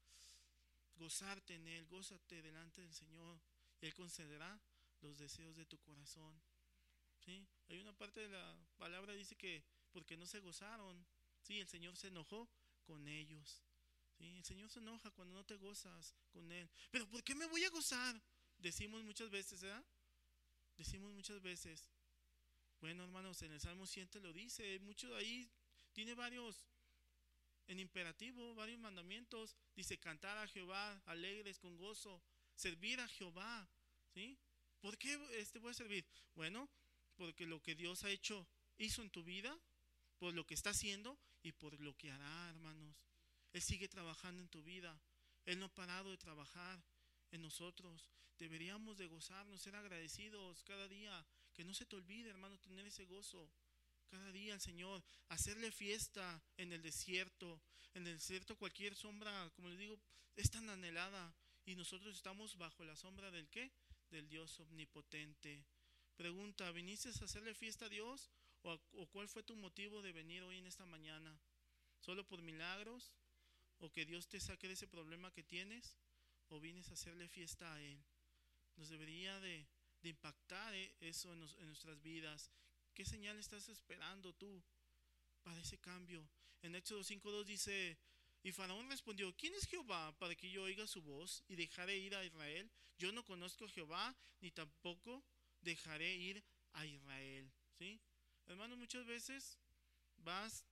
Gozarte en Él, gózate delante del Señor. Y Él concederá los deseos de tu corazón. ¿Sí? Hay una parte de la palabra dice que porque no se gozaron, ¿sí? El Señor se enojó con ellos. ¿Sí? El Señor se enoja cuando no te gozas con Él. Pero ¿por qué me voy a gozar? Decimos muchas veces, ¿verdad? Decimos muchas veces. Bueno, hermanos, en el Salmo 100 lo dice. Mucho ahí tiene varios en imperativo, varios mandamientos. Dice cantar a Jehová alegres con gozo, servir a Jehová. ¿Sí? ¿Por qué voy a servir? Bueno, porque lo que Dios hizo en tu vida, por lo que está haciendo y por lo que hará, hermanos. Él sigue trabajando en tu vida. Él no ha parado de trabajar en nosotros. Deberíamos de gozarnos, ser agradecidos cada día. Que no se te olvide, hermano, tener ese gozo. Cada día al Señor, hacerle fiesta en el desierto. En el desierto cualquier sombra, como les digo, es tan anhelada. Y nosotros estamos bajo la sombra del ¿qué? Del Dios omnipotente. Pregunta, ¿viniste a hacerle fiesta a Dios? ¿O cuál fue tu motivo de venir hoy en esta mañana? ¿Solo por milagros? ¿O que Dios te saque de ese problema que tienes? ¿O vienes a hacerle fiesta a Él? Nos debería de impactar eso en nuestras vidas. ¿Qué señal estás esperando tú para ese cambio? En Éxodo 5:2 dice, y Faraón respondió, ¿quién es Jehová para que yo oiga su voz y dejaré ir a Israel? Yo no conozco a Jehová, ni tampoco dejaré ir a Israel. ¿Sí? Hermano, muchas veces vas,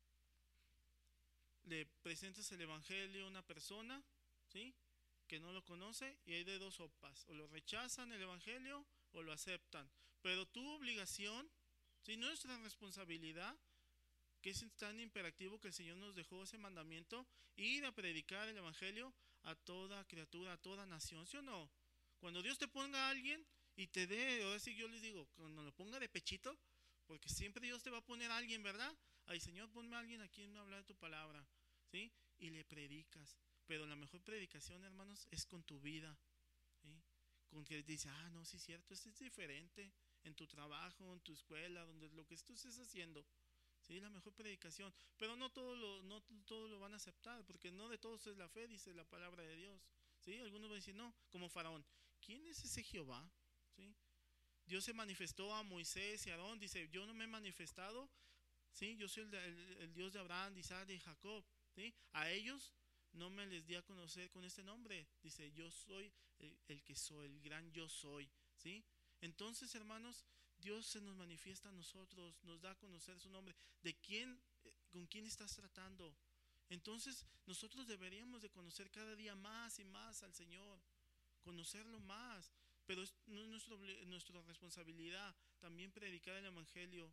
le presentas el evangelio a una persona, ¿sí? Que no lo conoce, y hay de dos sopas: o lo rechazan el evangelio o lo aceptan. Pero tu obligación, ¿sí? Nuestra responsabilidad, que es tan imperativo que el Señor nos dejó ese mandamiento, ir a predicar el evangelio a toda criatura, a toda nación, ¿sí o no? Cuando Dios te ponga a alguien y te dé, ahora sí yo les digo, cuando lo ponga de pechito, porque siempre Dios te va a poner a alguien, ¿verdad? Ay, Señor, ponme a alguien a quien me habla de tu palabra, ¿sí? Y le predicas. Pero la mejor predicación, hermanos, es con tu vida, ¿sí? Con que dices, no, sí es cierto, esto es diferente en tu trabajo, en tu escuela, donde lo que tú estés haciendo. Sí, la mejor predicación, pero no todo lo van a aceptar, porque no de todos es la fe, dice la palabra de Dios. ¿Sí? Algunos van a decir, no, como Faraón, ¿quién es ese Jehová? ¿Sí? Dios se manifestó a Moisés y a Aarón, dice, yo no me he manifestado, ¿sí? Yo soy el Dios de Abraham, de Isaac, de Jacob, ¿sí? A ellos no me les di a conocer con este nombre, dice, yo soy el que soy, el gran yo soy, ¿sí? Entonces, hermanos, Dios se nos manifiesta a nosotros, nos da a conocer su nombre, con quién estás tratando. Entonces, nosotros deberíamos de conocer cada día más y más al Señor, conocerlo más, pero no es nuestra responsabilidad también predicar el evangelio.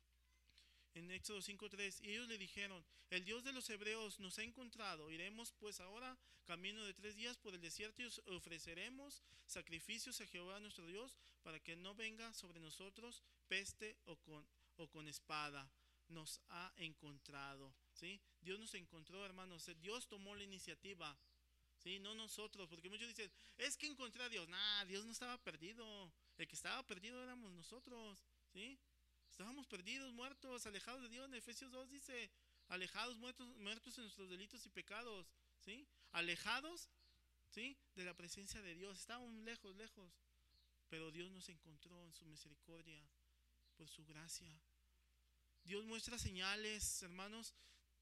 En Éxodo 5:3, y ellos le dijeron, el Dios de los hebreos nos ha encontrado, iremos pues ahora camino de 3 días por el desierto y ofreceremos sacrificios a Jehová nuestro Dios para que no venga sobre nosotros peste o con espada. Nos ha encontrado, ¿sí? Dios nos encontró, hermanos, Dios tomó la iniciativa, ¿sí? No nosotros, porque muchos dicen, es que encontré a Dios. Dios no estaba perdido, el que estaba perdido éramos nosotros, ¿sí? Estábamos perdidos, muertos, alejados de Dios. En Efesios 2 dice, alejados, muertos en nuestros delitos y pecados, ¿sí? Alejados, ¿sí? De la presencia de Dios. Estábamos lejos, lejos. Pero Dios nos encontró en su misericordia, por su gracia. Dios muestra señales, hermanos,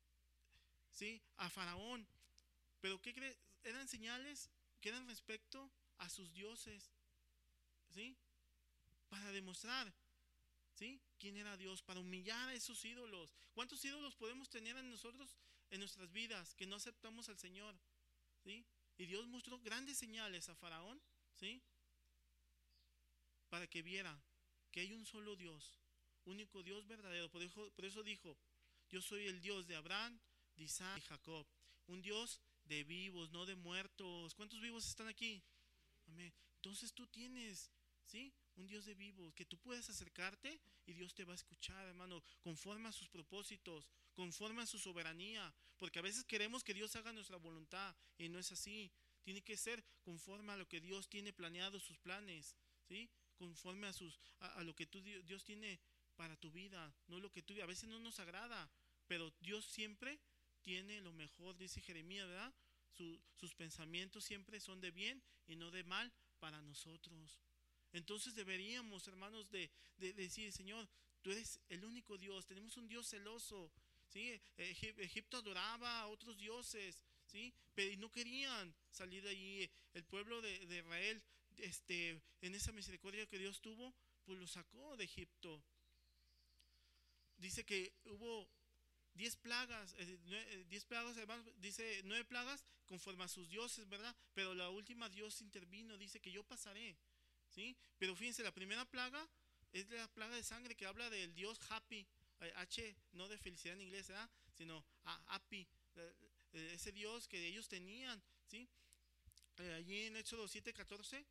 ¿sí? A Faraón. Pero ¿qué cree? Eran señales que eran respecto a sus dioses, ¿sí? Para demostrar, ¿sí? ¿Quién era Dios? Para humillar a esos ídolos. ¿Cuántos ídolos podemos tener en nosotros, en nuestras vidas, que no aceptamos al Señor? ¿Sí? Y Dios mostró grandes señales a Faraón, ¿sí? para que viera que hay un solo Dios, único Dios verdadero. Por eso dijo, yo soy el Dios de Abraham, de Isaac y Jacob, un Dios de vivos, no de muertos. ¿Cuántos vivos están aquí? Amén. Entonces tú tienes, ¿sí? Un Dios de vivos, que tú puedes acercarte y Dios te va a escuchar, hermano, conforme a sus propósitos, conforme a su soberanía, porque a veces queremos que Dios haga nuestra voluntad y no es así. Tiene que ser conforme a lo que Dios tiene planeado, sus planes, ¿sí? Conforme a lo que Dios tiene para tu vida, no lo que tú, a veces no nos agrada, pero Dios siempre tiene lo mejor, dice Jeremías, ¿verdad? Sus pensamientos siempre son de bien y no de mal para nosotros. Entonces deberíamos, hermanos, de decir, Señor, tú eres el único Dios, tenemos un Dios celoso, ¿sí? Egipto adoraba a otros dioses, ¿sí? Pero no querían salir de allí. El pueblo de Israel, en esa misericordia que Dios tuvo, pues lo sacó de Egipto. Dice que hubo 10 plagas, 10 plagas, hermanos, dice 9 plagas conforme a sus dioses, ¿verdad? Pero la última Dios intervino, dice que yo pasaré, ¿sí? Pero fíjense, la primera plaga es la plaga de sangre que habla del Dios Happy, H, no de felicidad en inglés, ¿verdad? Sino Happy, ese Dios que ellos tenían, ¿sí? Allí en Éxodo 7:14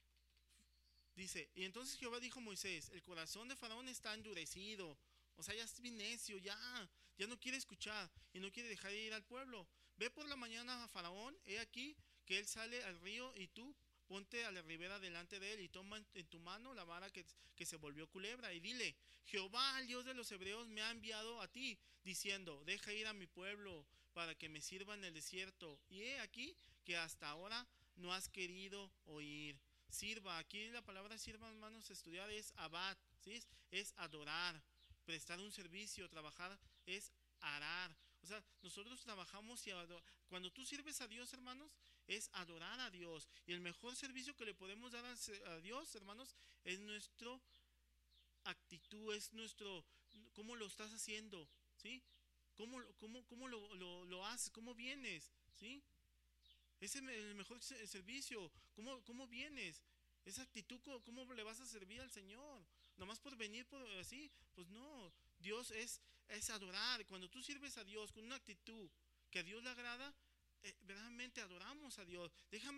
dice, y entonces Jehová dijo a Moisés, el corazón de Faraón está endurecido, o sea, ya es bien necio, ya no quiere escuchar y no quiere dejar de ir al pueblo. Ve por la mañana a Faraón, he aquí que él sale al río y tú ponte a la ribera delante de él y toma en tu mano la vara que se volvió culebra y dile, Jehová, el Dios de los hebreos, me ha enviado a ti, diciendo, deja ir a mi pueblo para que me sirva en el desierto. Y he aquí que hasta ahora no has querido oír. Sirva, aquí la palabra sirva, hermanos, estudiar es abad, ¿sí? Es adorar, prestar un servicio, trabajar es arar. O sea, nosotros trabajamos y cuando tú sirves a Dios, hermanos, es adorar a Dios. Y el mejor servicio que le podemos dar a Dios, hermanos, es nuestra actitud, es nuestro, cómo lo estás haciendo, ¿sí? ¿Cómo lo haces? ¿Cómo vienes? ¿Sí? Es el mejor servicio. ¿Cómo vienes? Esa actitud, ¿cómo le vas a servir al Señor? Nomás por venir así, pues no. Dios es adorar. Cuando tú sirves a Dios con una actitud que a Dios le agrada, verdaderamente adoramos a Dios.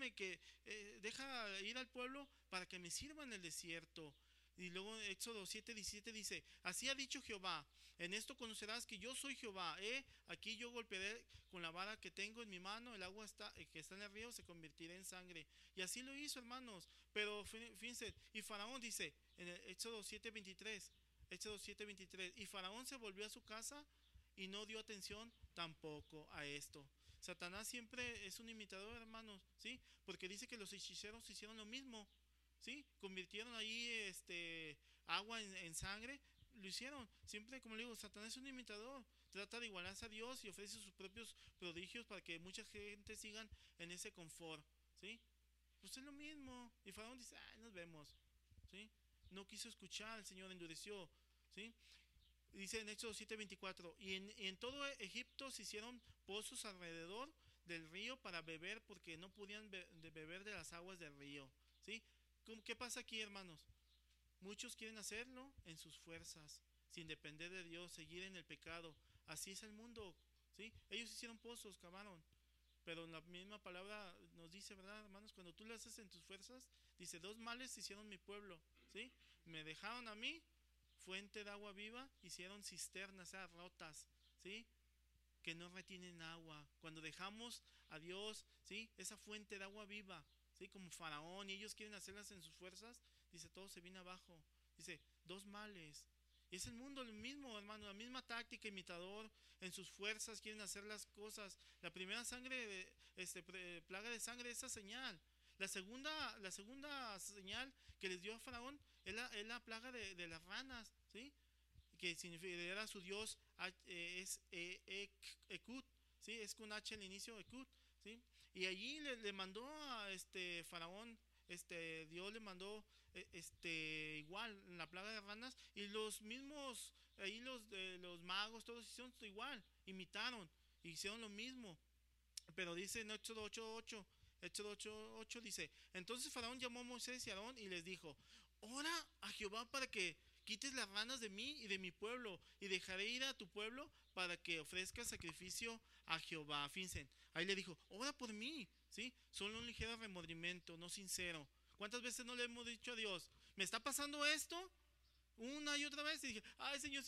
Deja ir al pueblo para que me sirva en el desierto. Y luego Éxodo 7:17 dice, así ha dicho Jehová, en esto conocerás que yo soy Jehová, aquí yo golpearé con la vara que tengo en mi mano, el agua que está en el río se convertirá en sangre. Y así lo hizo, hermanos. Pero fíjense, y Faraón dice, en el Éxodo 7:23, y Faraón se volvió a su casa y no dio atención tampoco a esto. Satanás siempre es un imitador, hermanos, ¿sí? Porque dice que los hechiceros hicieron lo mismo, ¿sí? Convirtieron ahí agua en sangre, lo hicieron. Siempre, como le digo, Satanás es un imitador. Trata de igualarse a Dios y ofrece sus propios prodigios para que mucha gente sigan en ese confort, ¿sí? Pues es lo mismo. Y Faraón dice, ay, nos vemos, ¿sí? No quiso escuchar, el Señor endureció, ¿sí? Dice en Éxodo 7:24, y en todo Egipto se hicieron pozos alrededor del río para beber, porque no podían beber de las aguas del río, ¿sí? ¿Qué pasa aquí, hermanos? Muchos quieren hacerlo en sus fuerzas, sin depender de Dios, seguir en el pecado. Así es el mundo, ¿sí? Ellos hicieron pozos, cavaron, pero la misma palabra nos dice, ¿verdad, hermanos? Cuando tú lo haces en tus fuerzas, dice, dos males hicieron mi pueblo, ¿sí? Me dejaron a mí, fuente de agua viva, hicieron cisternas, o sea, rotas, ¿sí? Que no retienen agua. Cuando dejamos a Dios, ¿sí? Esa fuente de agua viva, ¿sí? Como Faraón, y ellos quieren hacerlas en sus fuerzas, dice, todo se viene abajo. Dice, dos males. Y es el mundo lo mismo, hermano, la misma táctica, imitador, en sus fuerzas quieren hacer las cosas. La primera plaga de sangre, esa señal. La segunda señal que les dio a Faraón es la plaga de las ranas, ¿sí? Que significa, era su dios, es Ekut, ¿sí? Es con H al inicio, Ekut, ¿sí? Y allí le mandó a Faraón, Dios le mandó igual la plaga de ranas, y los mismos ahí los magos todos hicieron igual, imitaron, hicieron lo mismo. Pero dice en Éxodo 8:8 dice, entonces Faraón llamó a Moisés y a Aarón y les dijo, ora a Jehová para que quites las ranas de mí y de mi pueblo, y dejaré ir a tu pueblo para que ofrezcas sacrificio a Jehová. Fíjense, ahí le dijo, ora por mí, ¿sí? Solo un ligero remordimiento, no sincero. ¿Cuántas veces no le hemos dicho a Dios, me está pasando esto? Una y otra vez y dije, ay Señor,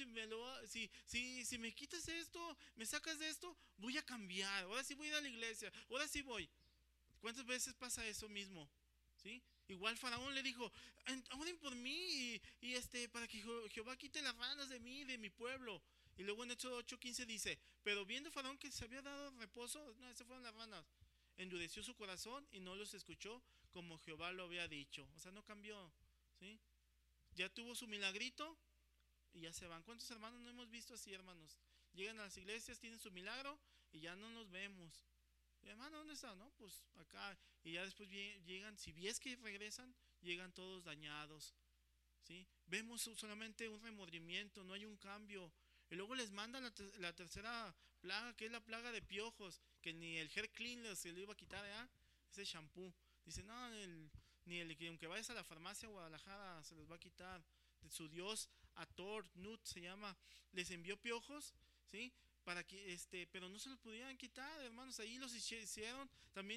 si me quitas esto, me sacas de esto, voy a cambiar, ahora sí voy a ir a la iglesia, ahora sí voy. ¿Cuántas veces pasa eso mismo? ¿Sí? Igual Faraón le dijo, oren por mí para que Jehová quite las ranas de mí y de mi pueblo. Y luego en Éxodo 8:15 dice, pero viendo Faraón que se había dado reposo, no, esas fueron las ranas, endureció su corazón y no los escuchó como Jehová lo había dicho. O sea, no cambió, ¿sí? Ya tuvo su milagrito y ya se van. ¿Cuántos hermanos no hemos visto así, hermanos? Llegan a las iglesias, tienen su milagro y ya no nos vemos. Y, hermano, ¿dónde está? No, pues acá. Y ya después llegan, si ves que regresan, llegan todos dañados. ¿Sí? Vemos solamente un remordimiento, no hay un cambio. Y luego les manda la tercera plaga, que es la plaga de piojos, que ni el hair clean se le iba a quitar, ¿eh? Ese shampoo. Dice, no, ni el que aunque vayas a la farmacia Guadalajara se les va a quitar. De su dios Ator, Nut se llama, les envió piojos, ¿sí? Para que pero no se los pudieran quitar, hermanos. Ahí los hicieron también,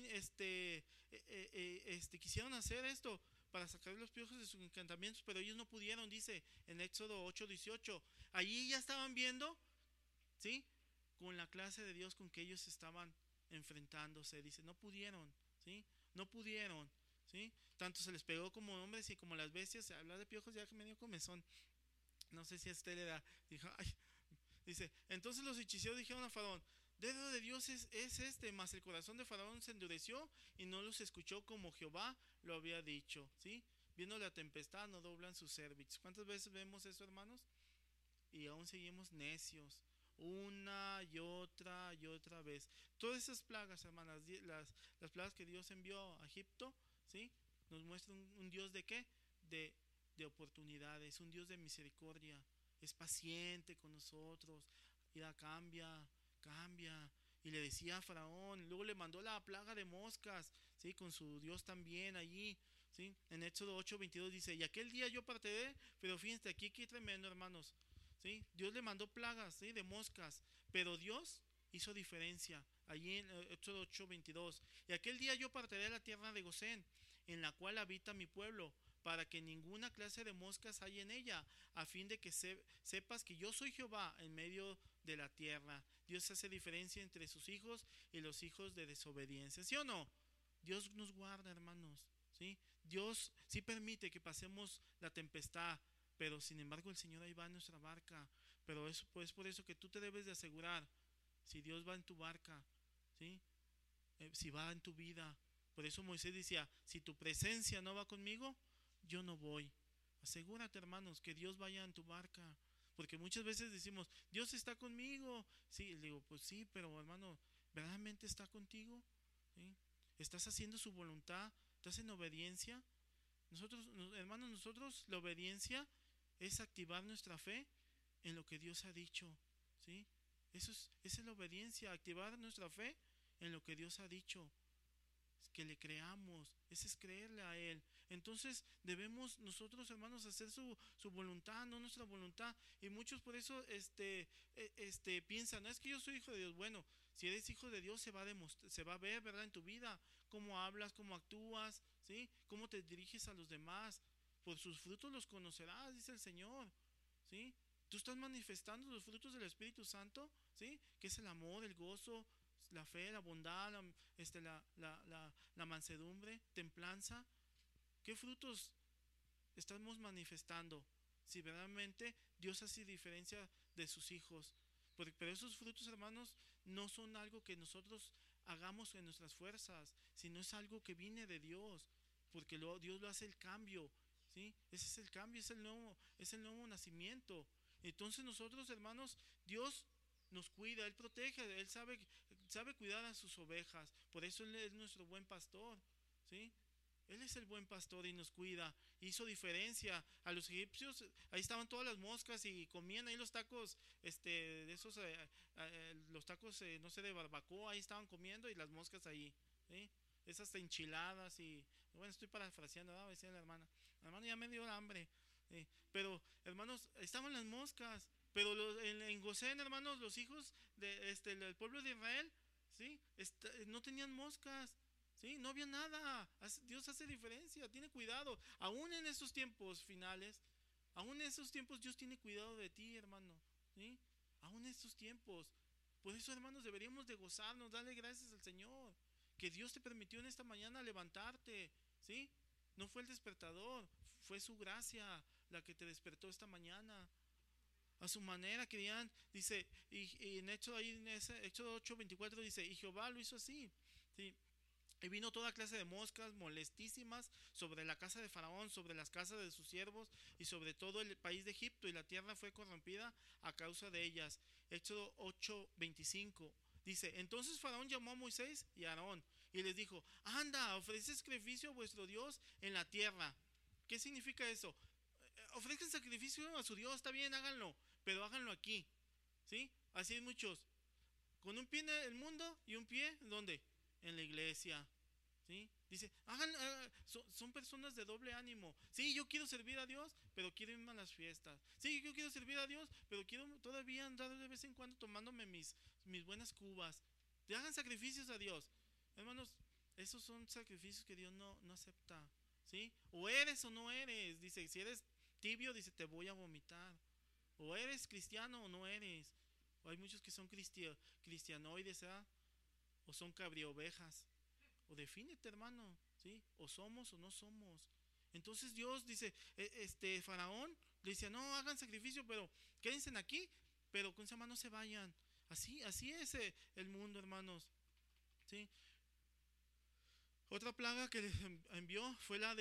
quisieron hacer esto para sacar los piojos de sus encantamientos, pero ellos no pudieron, dice en Éxodo 8:18. Allí ya estaban viendo, ¿sí? Con la clase de Dios con que ellos estaban enfrentándose. Dice, no pudieron, ¿sí? No pudieron, ¿sí? Tanto se les pegó como hombres y como las bestias. Hablar de piojos ya que me dio comezón. No sé si a usted le da. Dijo, ay. Dice, entonces los hechiceros dijeron a Faraón, dedo de Dios es este, mas el corazón de Faraón se endureció y no los escuchó como Jehová lo había dicho, ¿sí? Viendo la tempestad no doblan sus cervix. ¿Cuántas veces vemos eso, hermanos? Y aún seguimos necios, una y otra vez. Todas esas plagas, hermanas, las plagas que Dios envió a Egipto, ¿sí? Nos muestra un Dios de qué? De oportunidades, un Dios de misericordia. Es paciente con nosotros. Ya cambia, cambia. Y le decía a Faraón, luego le mandó la plaga de moscas, ¿sí? Con su Dios también allí, ¿sí? En Éxodo 8:22 dice, y aquel día yo partiré, pero fíjense, aquí qué tremendo, hermanos, ¿sí? Dios le mandó plagas, ¿sí? De moscas, pero Dios hizo diferencia. Allí en Éxodo 8:22, y aquel día yo partiré a la tierra de Gosén, en la cual habita mi pueblo, para que ninguna clase de moscas haya en ella, a fin de que sepas que yo soy Jehová en medio de la tierra. Dios hace diferencia entre sus hijos y los hijos de desobediencia, ¿sí o no? Dios nos guarda, hermanos, ¿sí? Dios sí permite que pasemos la tempestad, pero sin embargo el Señor ahí va en nuestra barca. Pero es pues por eso que tú te debes de asegurar, si Dios va en tu barca, ¿sí? Si va en tu vida. Por eso Moisés decía, si tu presencia no va conmigo, yo no voy. Asegúrate, hermanos, que Dios vaya en tu barca. Porque muchas veces decimos, Dios está conmigo. Sí, le digo, pues sí, pero hermano, ¿verdaderamente está contigo? ¿Sí? ¿Estás haciendo su voluntad? ¿Estás en obediencia? Nosotros, hermanos, nosotros la obediencia es activar nuestra fe en lo que Dios ha dicho, ¿sí? Esa es la obediencia, activar nuestra fe en lo que Dios ha dicho, que le creamos, ese es creerle a Él. Entonces debemos nosotros, hermanos, hacer su voluntad, no nuestra voluntad. Y muchos por eso piensan, no es que yo soy hijo de Dios. Bueno, si eres hijo de Dios se va a ver, ¿verdad? En tu vida, cómo hablas, cómo actúas, ¿sí? Cómo te diriges a los demás. Por sus frutos los conocerás, dice el Señor, ¿sí? Tú estás manifestando los frutos del Espíritu Santo, ¿sí? Que es el amor, el gozo, la fe, la bondad, la mansedumbre, templanza. ¿Qué frutos estamos manifestando? Si verdaderamente Dios hace diferencia de sus hijos. Pero esos frutos, hermanos, no son algo que nosotros hagamos en nuestras fuerzas, sino es algo que viene de Dios, porque Dios lo hace el cambio, ¿sí? Ese es el cambio, es el nuevo nacimiento. Entonces nosotros, hermanos, Dios nos cuida, Él protege, Él sabe cuidar a sus ovejas. Por eso Él es nuestro buen pastor, ¿sí? Él es el buen pastor y nos cuida. Hizo diferencia a los egipcios. Ahí estaban todas las moscas y comían ahí los tacos, de esos, los tacos, no sé, de barbacoa. Ahí estaban comiendo y las moscas ahí, ¿sí? Esas enchiladas y bueno, estoy parafraseando, ¿verdad? Decía la hermana. hermano, ya me dio hambre. Pero, hermanos, estaban las moscas. Pero en Gosén, hermanos, los hijos del pueblo de Israel, ¿sí? No tenían moscas. Sí, no había nada. Dios hace diferencia, tiene cuidado. Aún en estos tiempos finales, aún en estos tiempos Dios tiene cuidado de ti, hermano. ¿Sí? Aún en estos tiempos. Por eso, hermanos, deberíamos de gozarnos, darle gracias al Señor. Que Dios te permitió en esta mañana levantarte. ¿Sí? No fue el despertador, fue su gracia la que te despertó esta mañana. A su manera querían, dice, y en Éxodo, ahí en ese, Éxodo 8:24 dice, y Jehová lo hizo así. ¿Sí? Y vino toda clase de moscas molestísimas sobre la casa de Faraón, sobre las casas de sus siervos y sobre todo el país de Egipto, y la tierra fue corrompida a causa de ellas. Éxodo 8:25 dice, entonces Faraón llamó a Moisés y a Aarón y les dijo, anda, ofrece sacrificio a vuestro Dios en la tierra. ¿Qué significa eso? Ofrezcan sacrificio a su Dios, está bien, háganlo, pero háganlo aquí. ¿Sí? Así hay muchos, con un pie en el mundo y un pie, ¿dónde? En la iglesia. ¿Sí? Dice, son personas de doble ánimo. Sí, yo quiero servir a Dios, pero quiero irme a las fiestas. Sí, yo quiero servir a Dios, pero quiero todavía andar de vez en cuando tomándome mis buenas cubas. Y hagan sacrificios a Dios. Hermanos, esos son sacrificios que Dios no acepta. ¿Sí? O eres o no eres. Dice, si eres tibio, dice, te voy a vomitar. O eres cristiano o no eres. O hay muchos que son cristianoides, ¿eh? O son cabriovejas. O defínete, hermano, ¿sí? O somos o no somos. Entonces Dios dice, Faraón le dice, no hagan sacrificio, pero quédense aquí, pero con esa mano no se vayan. Así es el mundo, hermanos. ¿Sí? Otra plaga que les envió fue la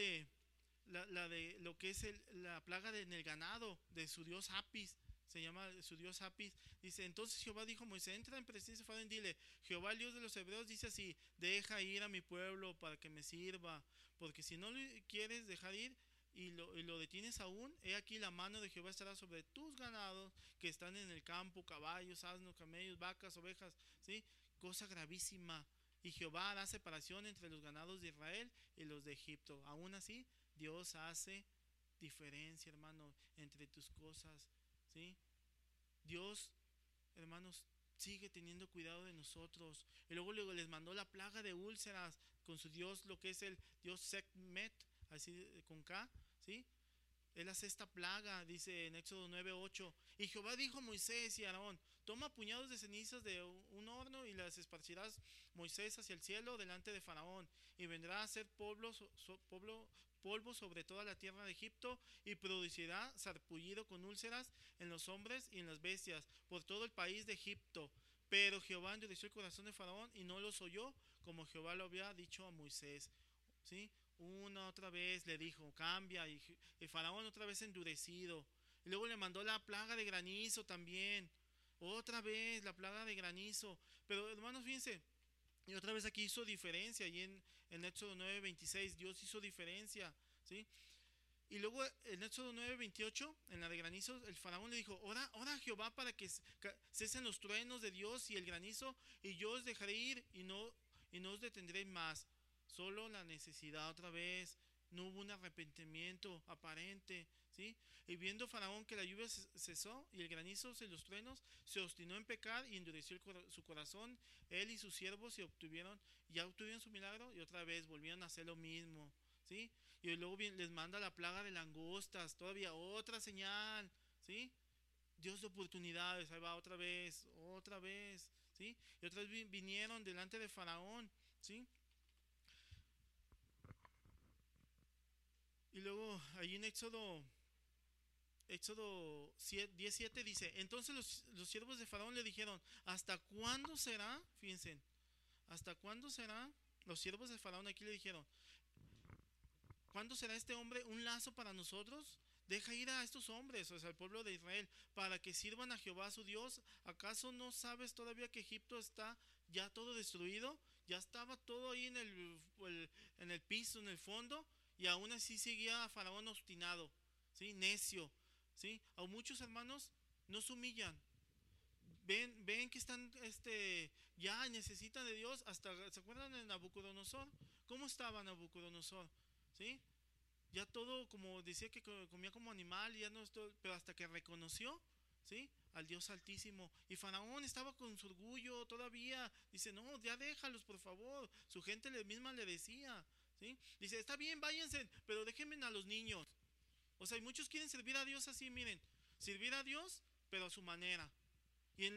de lo que es la plaga en el ganado de su dios Apis. Se llama su dios Apis. Dice, entonces Jehová dijo a Moisés, entra en presencia de Faraón, dile, Jehová el Dios de los hebreos dice así, deja ir a mi pueblo para que me sirva, porque si no lo quieres dejar ir y lo detienes aún, he aquí la mano de Jehová estará sobre tus ganados que están en el campo, caballos, asnos, camellos, vacas, ovejas, ¿sí? Cosa gravísima. Y Jehová hará separación entre los ganados de Israel y los de Egipto. Aún así, Dios hace diferencia, hermano, entre tus cosas. ¿Sí? Dios, hermanos, sigue teniendo cuidado de nosotros. Y luego les mandó la plaga de úlceras con su Dios, lo que es el Dios Sekhmet, así con K, ¿sí? Es la sexta plaga, dice en Éxodo 9:8. Y Jehová dijo a Moisés y a Aarón, toma puñados de cenizas de un horno y las esparcirás Moisés hacia el cielo delante de Faraón. Y vendrá a ser polvo sobre toda la tierra de Egipto y producirá sarpullido con úlceras en los hombres y en las bestias por todo el país de Egipto. Pero Jehová endureció el corazón de Faraón y no los oyó como Jehová lo había dicho a Moisés. ¿Sí? Una otra vez le dijo, cambia, y Faraón otra vez endurecido. Y luego le mandó la plaga de granizo también. Otra vez la plaga de granizo. Pero hermanos, fíjense, y otra vez aquí hizo diferencia. Y en Éxodo 9:26 Dios hizo diferencia. ¿Sí? Y luego en Éxodo 9:28, en la de granizo, el faraón le dijo, ora a Jehová para que cesen los truenos de Dios y el granizo, y yo os dejaré ir y no os detendré más. Solo la necesidad otra vez. No hubo un arrepentimiento aparente. ¿Sí? Y viendo Faraón que la lluvia cesó y el granizo y los truenos, se obstinó en pecar y endureció su corazón. Él y sus siervos ya obtuvieron su milagro y otra vez volvieron a hacer lo mismo. ¿Sí? Y luego les manda la plaga de langostas, todavía otra señal. ¿Sí? Dios de oportunidades, ahí va otra vez, ¿sí? Y otra vez vinieron delante de Faraón, ¿sí? Y luego ahí en Éxodo 17 dice, entonces los siervos de Faraón le dijeron, ¿hasta cuándo será? Fíjense, ¿hasta cuándo será? Los siervos de Faraón aquí le dijeron, ¿cuándo será este hombre un lazo para nosotros? Deja ir a estos hombres, o sea, al pueblo de Israel, para que sirvan a Jehová su Dios. ¿Acaso no sabes todavía que Egipto está ya todo destruido? Ya estaba todo ahí en el piso, en el fondo, y aún así seguía Faraón obstinado, ¿sí? Necio, ¿sí? A muchos hermanos no se humillan. Ven que están, ya necesitan de Dios. Hasta, ¿se acuerdan de Nabucodonosor? ¿Cómo estaba Nabucodonosor? ¿Sí? ya todo como decía que comía como animal, y ya no esto, pero hasta que reconoció, ¿sí? Al Dios Altísimo. Y Faraón estaba con su orgullo todavía. Dice, no, ya déjalos, por favor. Su gente misma le decía, ¿sí? Dice, está bien, váyanse, pero déjenme a los niños. O sea, y muchos quieren servir a Dios así, miren, servir a Dios, pero a su manera. Y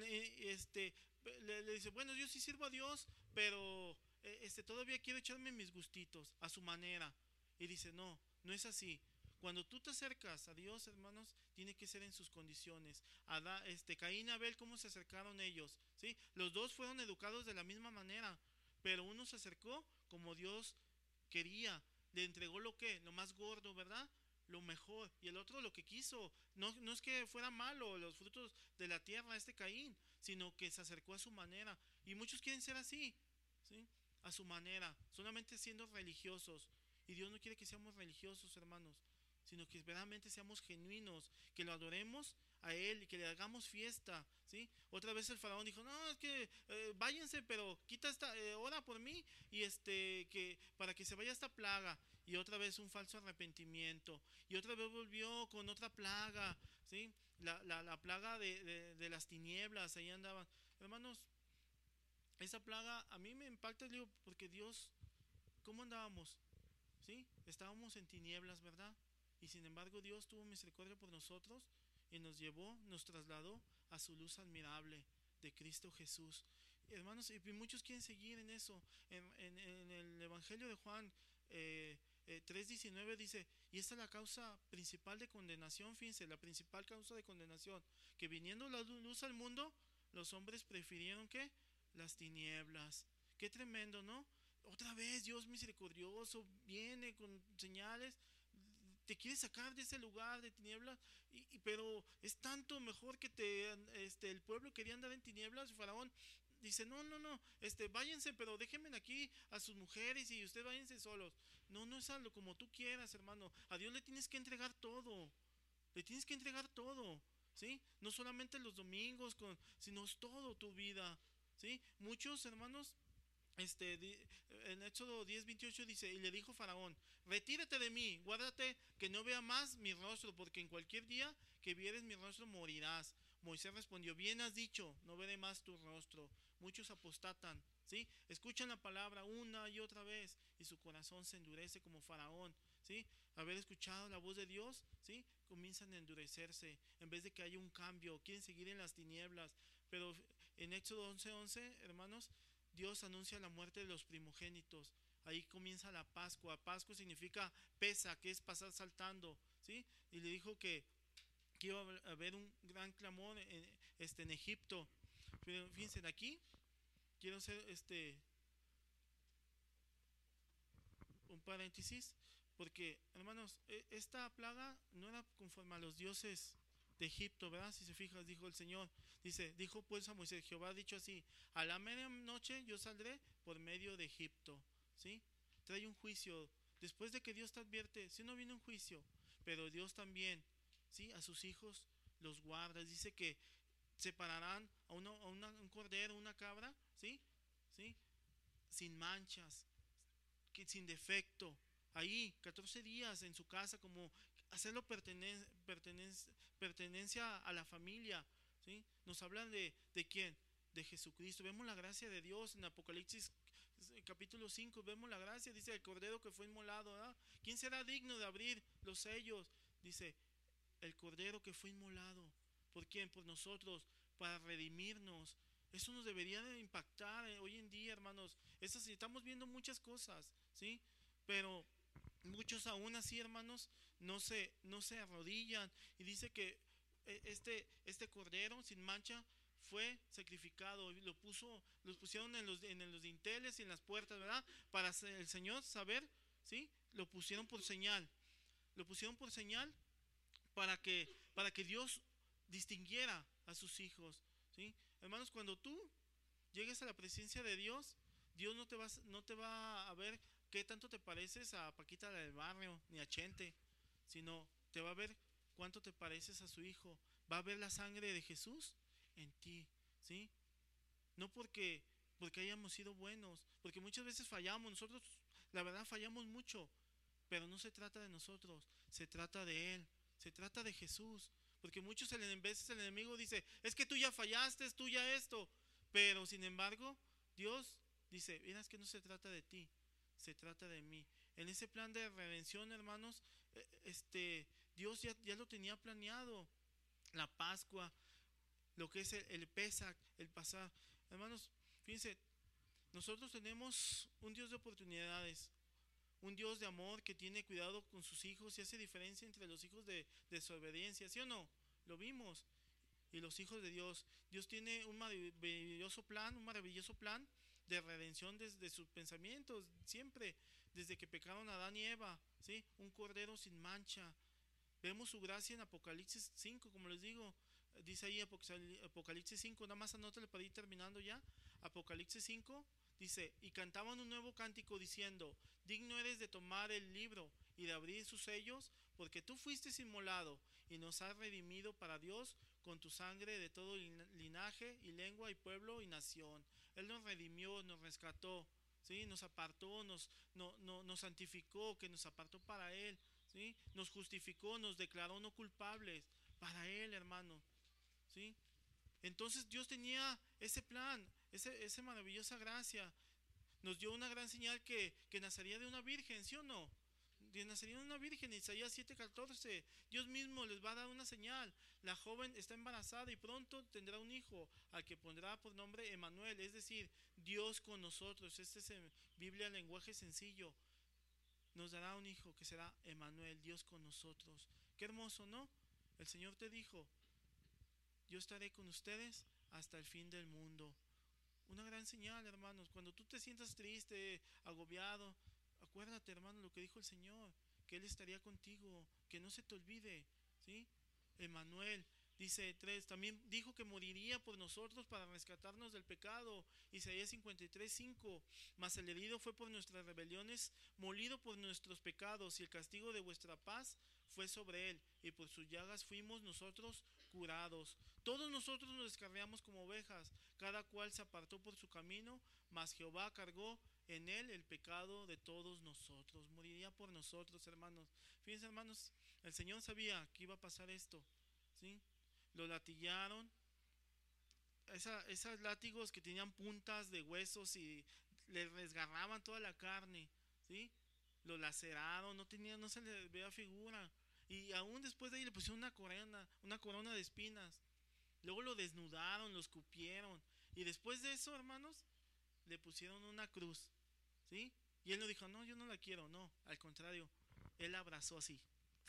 le dice, bueno, yo sí sirvo a Dios, pero todavía quiero echarme mis gustitos a su manera. Y dice, no, no es así. Cuando tú te acercas a Dios, hermanos, tiene que ser en sus condiciones. Caín y Abel, ¿cómo se acercaron ellos? ¿Sí? Los dos fueron educados de la misma manera, pero uno se acercó como Dios quería. Le entregó lo más gordo, ¿verdad? Lo mejor, y el otro lo que quiso. No, no es que fuera malo los frutos de la tierra, Caín, sino que se acercó a su manera. Y muchos quieren ser así, ¿sí? A su manera, solamente siendo religiosos. Y Dios no quiere que seamos religiosos, hermanos, sino que verdaderamente seamos genuinos, que lo adoremos a Él y que le hagamos fiesta, ¿sí? Otra vez el faraón dijo, no, es que váyanse, pero quita ora por mí, y que para que se vaya esta plaga. Y otra vez un falso arrepentimiento, y otra vez volvió con otra plaga, ¿sí? La plaga de las tinieblas, ahí andaban. Hermanos, esa plaga a mí me impacta, digo, porque Dios, ¿cómo andábamos? ¿Sí? Estábamos en tinieblas, ¿verdad? Y sin embargo Dios tuvo misericordia por nosotros y nos llevó, nos trasladó a su luz admirable de Cristo Jesús. Hermanos, y muchos quieren seguir en eso. En el Evangelio de Juan 3:19 dice, y esta es la causa principal de condenación, fíjense, la principal causa de condenación, que viniendo la luz al mundo, los hombres prefirieron, ¿qué? Las tinieblas. Qué tremendo, ¿no? Otra vez Dios misericordioso viene con señales, te quiere sacar de ese lugar de tinieblas, pero es tanto mejor que el pueblo quería andar en tinieblas. Y Faraón dice, no, no, no, váyanse, pero déjenme aquí a sus mujeres y ustedes váyanse solos. No, no es algo como tú quieras, hermano. A Dios le tienes que entregar todo, le tienes que entregar todo, ¿sí? No solamente los domingos, sino todo tu vida, ¿sí? Muchos hermanos, en Éxodo 10:28 dice, y le dijo Faraón, retírate de mí, guárdate que no vea más mi rostro, porque en cualquier día que vieres mi rostro morirás. Moisés respondió, bien has dicho, no veré más tu rostro. Muchos apostatan, ¿sí? Escuchan la palabra una y otra vez y su corazón se endurece como Faraón, ¿sí? Haber escuchado la voz de Dios, ¿sí? Comienzan a endurecerse en vez de que haya un cambio, quieren seguir en las tinieblas. Pero en Éxodo 11:11, hermanos, Dios anuncia la muerte de los primogénitos. Ahí comienza la Pascua. Pascua significa pesa, que es pasar saltando, ¿sí? Y le dijo que iba a haber un gran clamor en Egipto. Pero fíjense, aquí quiero hacer un paréntesis, porque hermanos, esta plaga no era conforme a los dioses de Egipto, ¿verdad? Si se fijan, dijo el Señor, dijo pues a Moisés, Jehová ha dicho así, a la medianoche yo saldré por medio de Egipto, ¿sí? Trae un juicio, después de que Dios te advierte, si no viene un juicio, pero Dios también, ¿sí? A sus hijos los guarda, dice que separarán un cordero, una cabra, ¿sí? ¿Sí? Sin manchas, sin defecto, ahí 14 días en su casa, como hacerlo pertenencia a la familia, ¿sí? Nos hablan de quién, de Jesucristo. Vemos la gracia de Dios en Apocalipsis capítulo 5, vemos la gracia, dice el cordero que fue inmolado, ¿verdad? ¿Quién será digno de abrir los sellos? Dice el cordero que fue inmolado. ¿Por quién? Por nosotros, para redimirnos. Eso nos debería de impactar hoy en día, hermanos. Estamos viendo muchas cosas, ¿sí? Pero muchos aún así, hermanos, no se arrodillan. Y dice que este cordero sin mancha fue sacrificado. Los pusieron en los dinteles y en las puertas, ¿verdad? Para el Señor saber, ¿sí? Lo pusieron por señal. Lo pusieron por señal para que Dios distinguiera a sus hijos, ¿sí? Hermanos, cuando tú llegues a la presencia de Dios, Dios no te va a ver qué tanto te pareces a Paquita la del barrio, ni a Chente, sino te va a ver cuánto te pareces a su hijo. Va a ver la sangre de Jesús en ti, ¿sí? No porque hayamos sido buenos, porque muchas veces fallamos, nosotros la verdad fallamos mucho, Pero no se trata de nosotros, se trata de Él, se trata de Jesús. Porque muchos veces el enemigo dice, es que tú ya fallaste, tú ya esto. Pero sin embargo, Dios dice, mira, es que no se trata de ti, se trata de mí. En ese plan de redención, hermanos, Dios ya lo tenía planeado. La Pascua, lo que es el Pesach, el pasar. Hermanos, fíjense, nosotros tenemos un Dios de oportunidades, un Dios de amor que tiene cuidado con sus hijos y hace diferencia entre los hijos de desobediencia, ¿sí o no? Lo vimos. Y los hijos de Dios. Dios tiene un maravilloso plan de redención desde sus pensamientos, siempre, desde que pecaron Adán y Eva, ¿sí? Un cordero sin mancha. Vemos su gracia en Apocalipsis 5, como les digo. Dice ahí Apocalipsis 5, nada más anótale para ir terminando ya. Apocalipsis 5 dice, y cantaban un nuevo cántico diciendo, digno eres de tomar el libro y de abrir sus sellos, porque tú fuiste inmolado y nos has redimido para Dios con tu sangre de todo linaje y lengua y pueblo y nación. Él nos redimió, nos rescató, ¿sí? Nos apartó, nos santificó, que nos apartó para Él, ¿sí? Nos justificó, nos declaró no culpables para Él, hermano, ¿sí? Entonces Dios tenía ese plan, esa maravillosa gracia. Nos dio una gran señal que nacería de una virgen, ¿sí o no? Nacería de una virgen, Isaías 7:14. Dios mismo les va a dar una señal. La joven está embarazada y pronto tendrá un hijo, al que pondrá por nombre Emmanuel, es decir, Dios con nosotros. Este es en Biblia, lenguaje sencillo. Nos dará un hijo que será Emmanuel, Dios con nosotros. Qué hermoso, ¿no? El Señor te dijo, yo estaré con ustedes hasta el fin del mundo. Una gran señal, hermanos. Cuando tú te sientas triste, agobiado, acuérdate, hermano, lo que dijo el Señor, que Él estaría contigo, que no se te olvide, ¿sí? Emmanuel, dice 3, también dijo que moriría por nosotros para rescatarnos del pecado. Isaías 53:5, mas el herido fue por nuestras rebeliones, molido por nuestros pecados, y el castigo de vuestra paz fue sobre él, y por sus llagas fuimos nosotros curados. Todos nosotros nos descarriamos como ovejas, cada cual se apartó por su camino, mas Jehová cargó en él el pecado de todos nosotros. Moriría por nosotros, hermanos. Fíjense, hermanos, el Señor sabía que iba a pasar esto, ¿sí? Lo latillaron, esos látigos que tenían puntas de huesos y le desgarraban toda la carne, ¿sí? Lo laceraron, no se le veía figura. Y aún después de ahí le pusieron una corona de espinas. Luego lo desnudaron, lo escupieron. Y después de eso, hermanos, le pusieron una cruz, ¿sí? Y él no dijo, no, yo no la quiero, no, al contrario, él la abrazó así,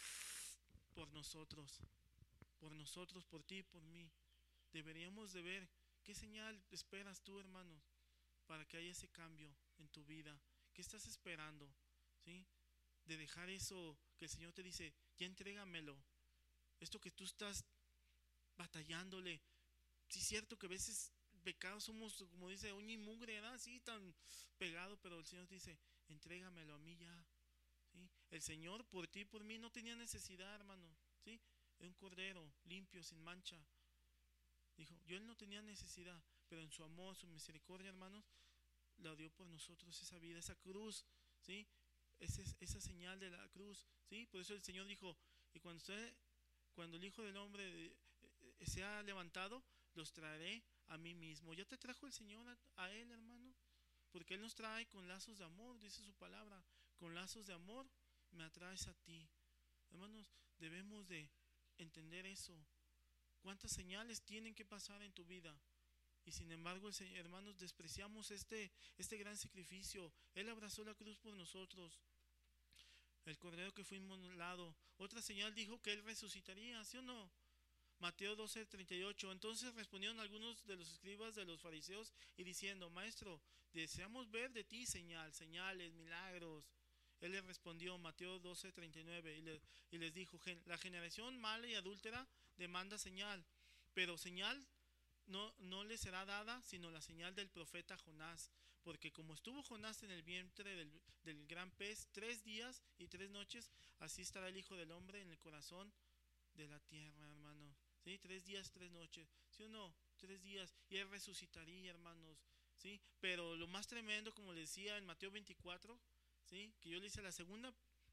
por nosotros, por ti, por mí. Deberíamos de ver qué señal esperas tú, hermanos, para que haya ese cambio en tu vida. ¿Qué estás esperando? ¿Sí? De dejar eso que el Señor te dice, ya entrégamelo. Esto que tú estás batallándole. Sí es cierto que a veces pecados somos, como dice, uña y mugre, ¿verdad? Así tan pegado, pero el Señor dice, entrégamelo a mí ya. ¿Sí? El Señor por ti y por mí no tenía necesidad, hermano, ¿sí? De un cordero limpio, sin mancha. Dijo, él no tenía necesidad, pero en su amor, su misericordia, hermanos, la dio por nosotros esa vida, esa cruz, ¿sí? Esa señal de la cruz, ¿sí? Por eso el Señor dijo, y cuando el Hijo del Hombre se ha levantado, los traeré a mí mismo. Ya te trajo el Señor a Él, hermano, porque Él nos trae con lazos de amor, dice su palabra, con lazos de amor me atraes a ti. Hermanos, debemos de entender eso. ¿Cuántas señales tienen que pasar en tu vida? Y sin embargo, hermanos, despreciamos este gran sacrificio. Él abrazó la cruz por nosotros, el cordero que fue inmolado. Otra señal dijo que Él resucitaría, ¿sí o no? Mateo 12:38. Entonces respondieron algunos de los escribas de los fariseos y diciendo, Maestro, deseamos ver de ti señales, milagros. Él les respondió, Mateo 12:39, y les dijo, la generación mala y adúltera demanda señal, pero señal no le será dada sino la señal del profeta Jonás, porque como estuvo Jonás en el vientre del gran pez 3 días y 3 noches, así estará el Hijo del Hombre en el corazón de la tierra, hermano. ¿Sí? 3 días, 3 noches, ¿sí o no? 3 días, y él resucitaría, hermanos, ¿sí? Pero lo más tremendo, como les decía en Mateo 24, ¿sí? Que yo le hice la segunda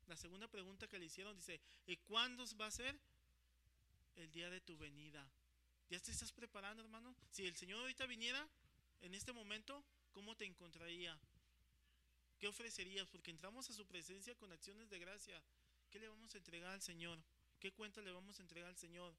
La segunda pregunta que le hicieron dice: ¿y cuándo va a ser el día de tu venida? ¿Ya te estás preparando, hermano? Si el Señor ahorita viniera en este momento, ¿cómo te encontraría? ¿Qué ofrecerías? Porque entramos a su presencia con acciones de gracia. ¿Qué le vamos a entregar al Señor? ¿Qué cuenta le vamos a entregar al Señor?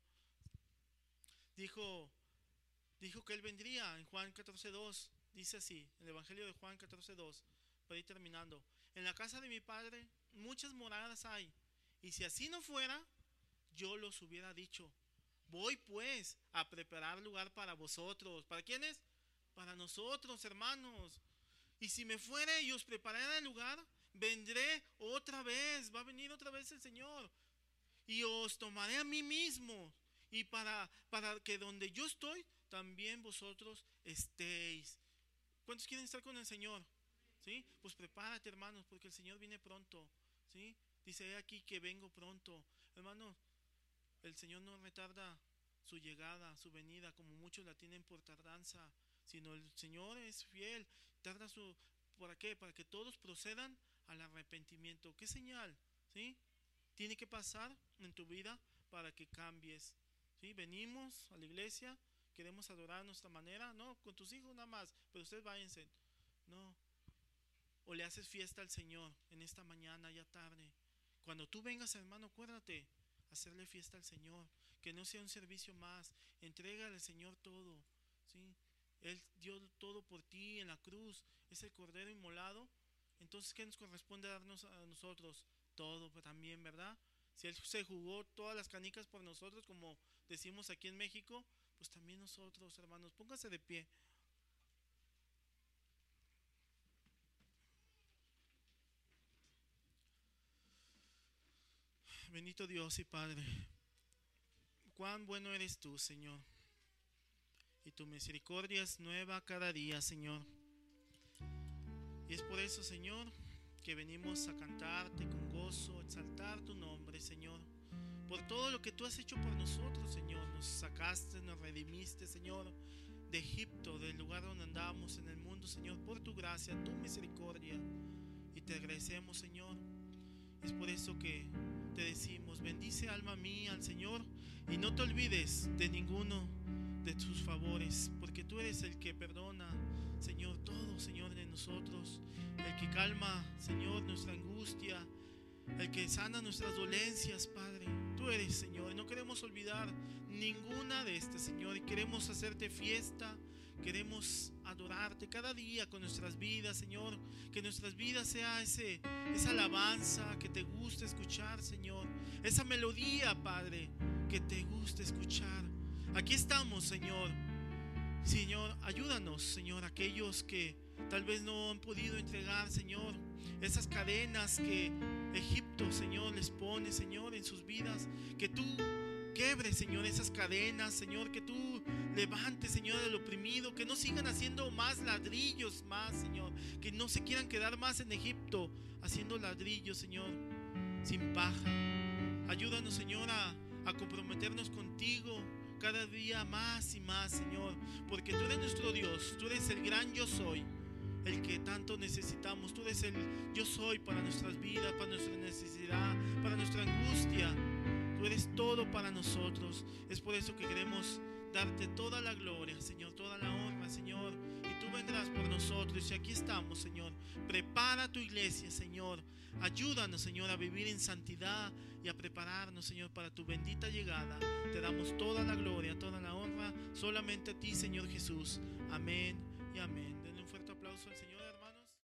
Dijo que Él vendría en Juan 14:2. Dice así, el Evangelio de Juan 14:2, para ir terminando: en la casa de mi Padre muchas moradas hay, y si así no fuera, yo los hubiera dicho. Voy pues a preparar lugar para vosotros. ¿Para quiénes? Para nosotros, hermanos. Y si me fuere y os preparara el lugar, vendré otra vez. Va a venir otra vez el Señor. Y os tomaré a mí mismo. Y para que donde yo estoy, también vosotros estéis. ¿Cuántos quieren estar con el Señor? ¿Sí? Pues prepárate, hermanos, porque el Señor viene pronto. ¿Sí? Dice: he aquí que vengo pronto. Hermanos, el Señor no retarda su llegada, su venida, como muchos la tienen por tardanza, sino el Señor es fiel. Tarda su... ¿Para qué? Para que todos procedan al arrepentimiento. ¿Qué señal? ¿Sí? Tiene que pasar en tu vida para que cambies. ¿Sí? Venimos a la iglesia, queremos adorar a nuestra manera. No, con tus hijos nada más, pero ustedes váyanse. No. O le haces fiesta al Señor en esta mañana, ya tarde. Cuando tú vengas, hermano, acuérdate, hacerle fiesta al Señor, que no sea un servicio más. Entrégale al Señor todo, ¿sí? Él dio todo por ti en la cruz, es el cordero inmolado. Entonces, ¿qué nos corresponde darnos a nosotros? Todo también, ¿verdad? Si Él se jugó todas las canicas por nosotros, como decimos aquí en México, pues también nosotros, hermanos. Póngase de pie. Bendito Dios y Padre, cuán bueno eres tú, Señor, y tu misericordia es nueva cada día, Señor. Y es por eso, Señor, que venimos a cantarte con gozo, a exaltar tu nombre, Señor, por todo lo que tú has hecho por nosotros, Señor. Nos sacaste, nos redimiste, Señor, de Egipto, del lugar donde andábamos en el mundo, Señor, por tu gracia, tu misericordia. Y te agradecemos, Señor. Es por eso que te decimos: bendice, alma mía, al Señor, y no te olvides de ninguno de tus favores, porque tú eres el que perdona, Señor, todo, Señor, de nosotros, el que calma, Señor, nuestra angustia, el que sana nuestras dolencias, Padre. Tú eres, Señor, y no queremos olvidar ninguna de estas, Señor, y queremos hacerte fiesta. Queremos adorarte cada día con nuestras vidas, Señor. Que nuestras vidas sea esa alabanza que te gusta escuchar, Señor. Esa melodía, Padre, que te gusta escuchar. Aquí estamos, Señor. Señor, ayúdanos, Señor, aquellos que tal vez no han podido entregar, Señor, esas cadenas que Egipto, Señor, les pone, Señor, en sus vidas. Que tú quebre, Señor, esas cadenas, Señor, que tú levantes, Señor, al oprimido, que no sigan haciendo más ladrillos más, Señor, que no se quieran quedar más en Egipto haciendo ladrillos, Señor, sin paja. Ayúdanos, Señor, a comprometernos contigo cada día más y más, Señor, porque tú eres nuestro Dios, tú eres el gran yo soy, el que tanto necesitamos. Tú eres el yo soy para nuestras vidas, para nuestra necesidad, para nuestra angustia. Tú eres todo para nosotros. Es por eso que queremos darte toda la gloria, Señor, toda la honra, Señor. Y tú vendrás por nosotros. Y aquí estamos, Señor. Prepara tu iglesia, Señor. Ayúdanos, Señor, a vivir en santidad y a prepararnos, Señor, para tu bendita llegada. Te damos toda la gloria, toda la honra, solamente a ti, Señor Jesús. Amén y amén. Denle un fuerte aplauso al Señor.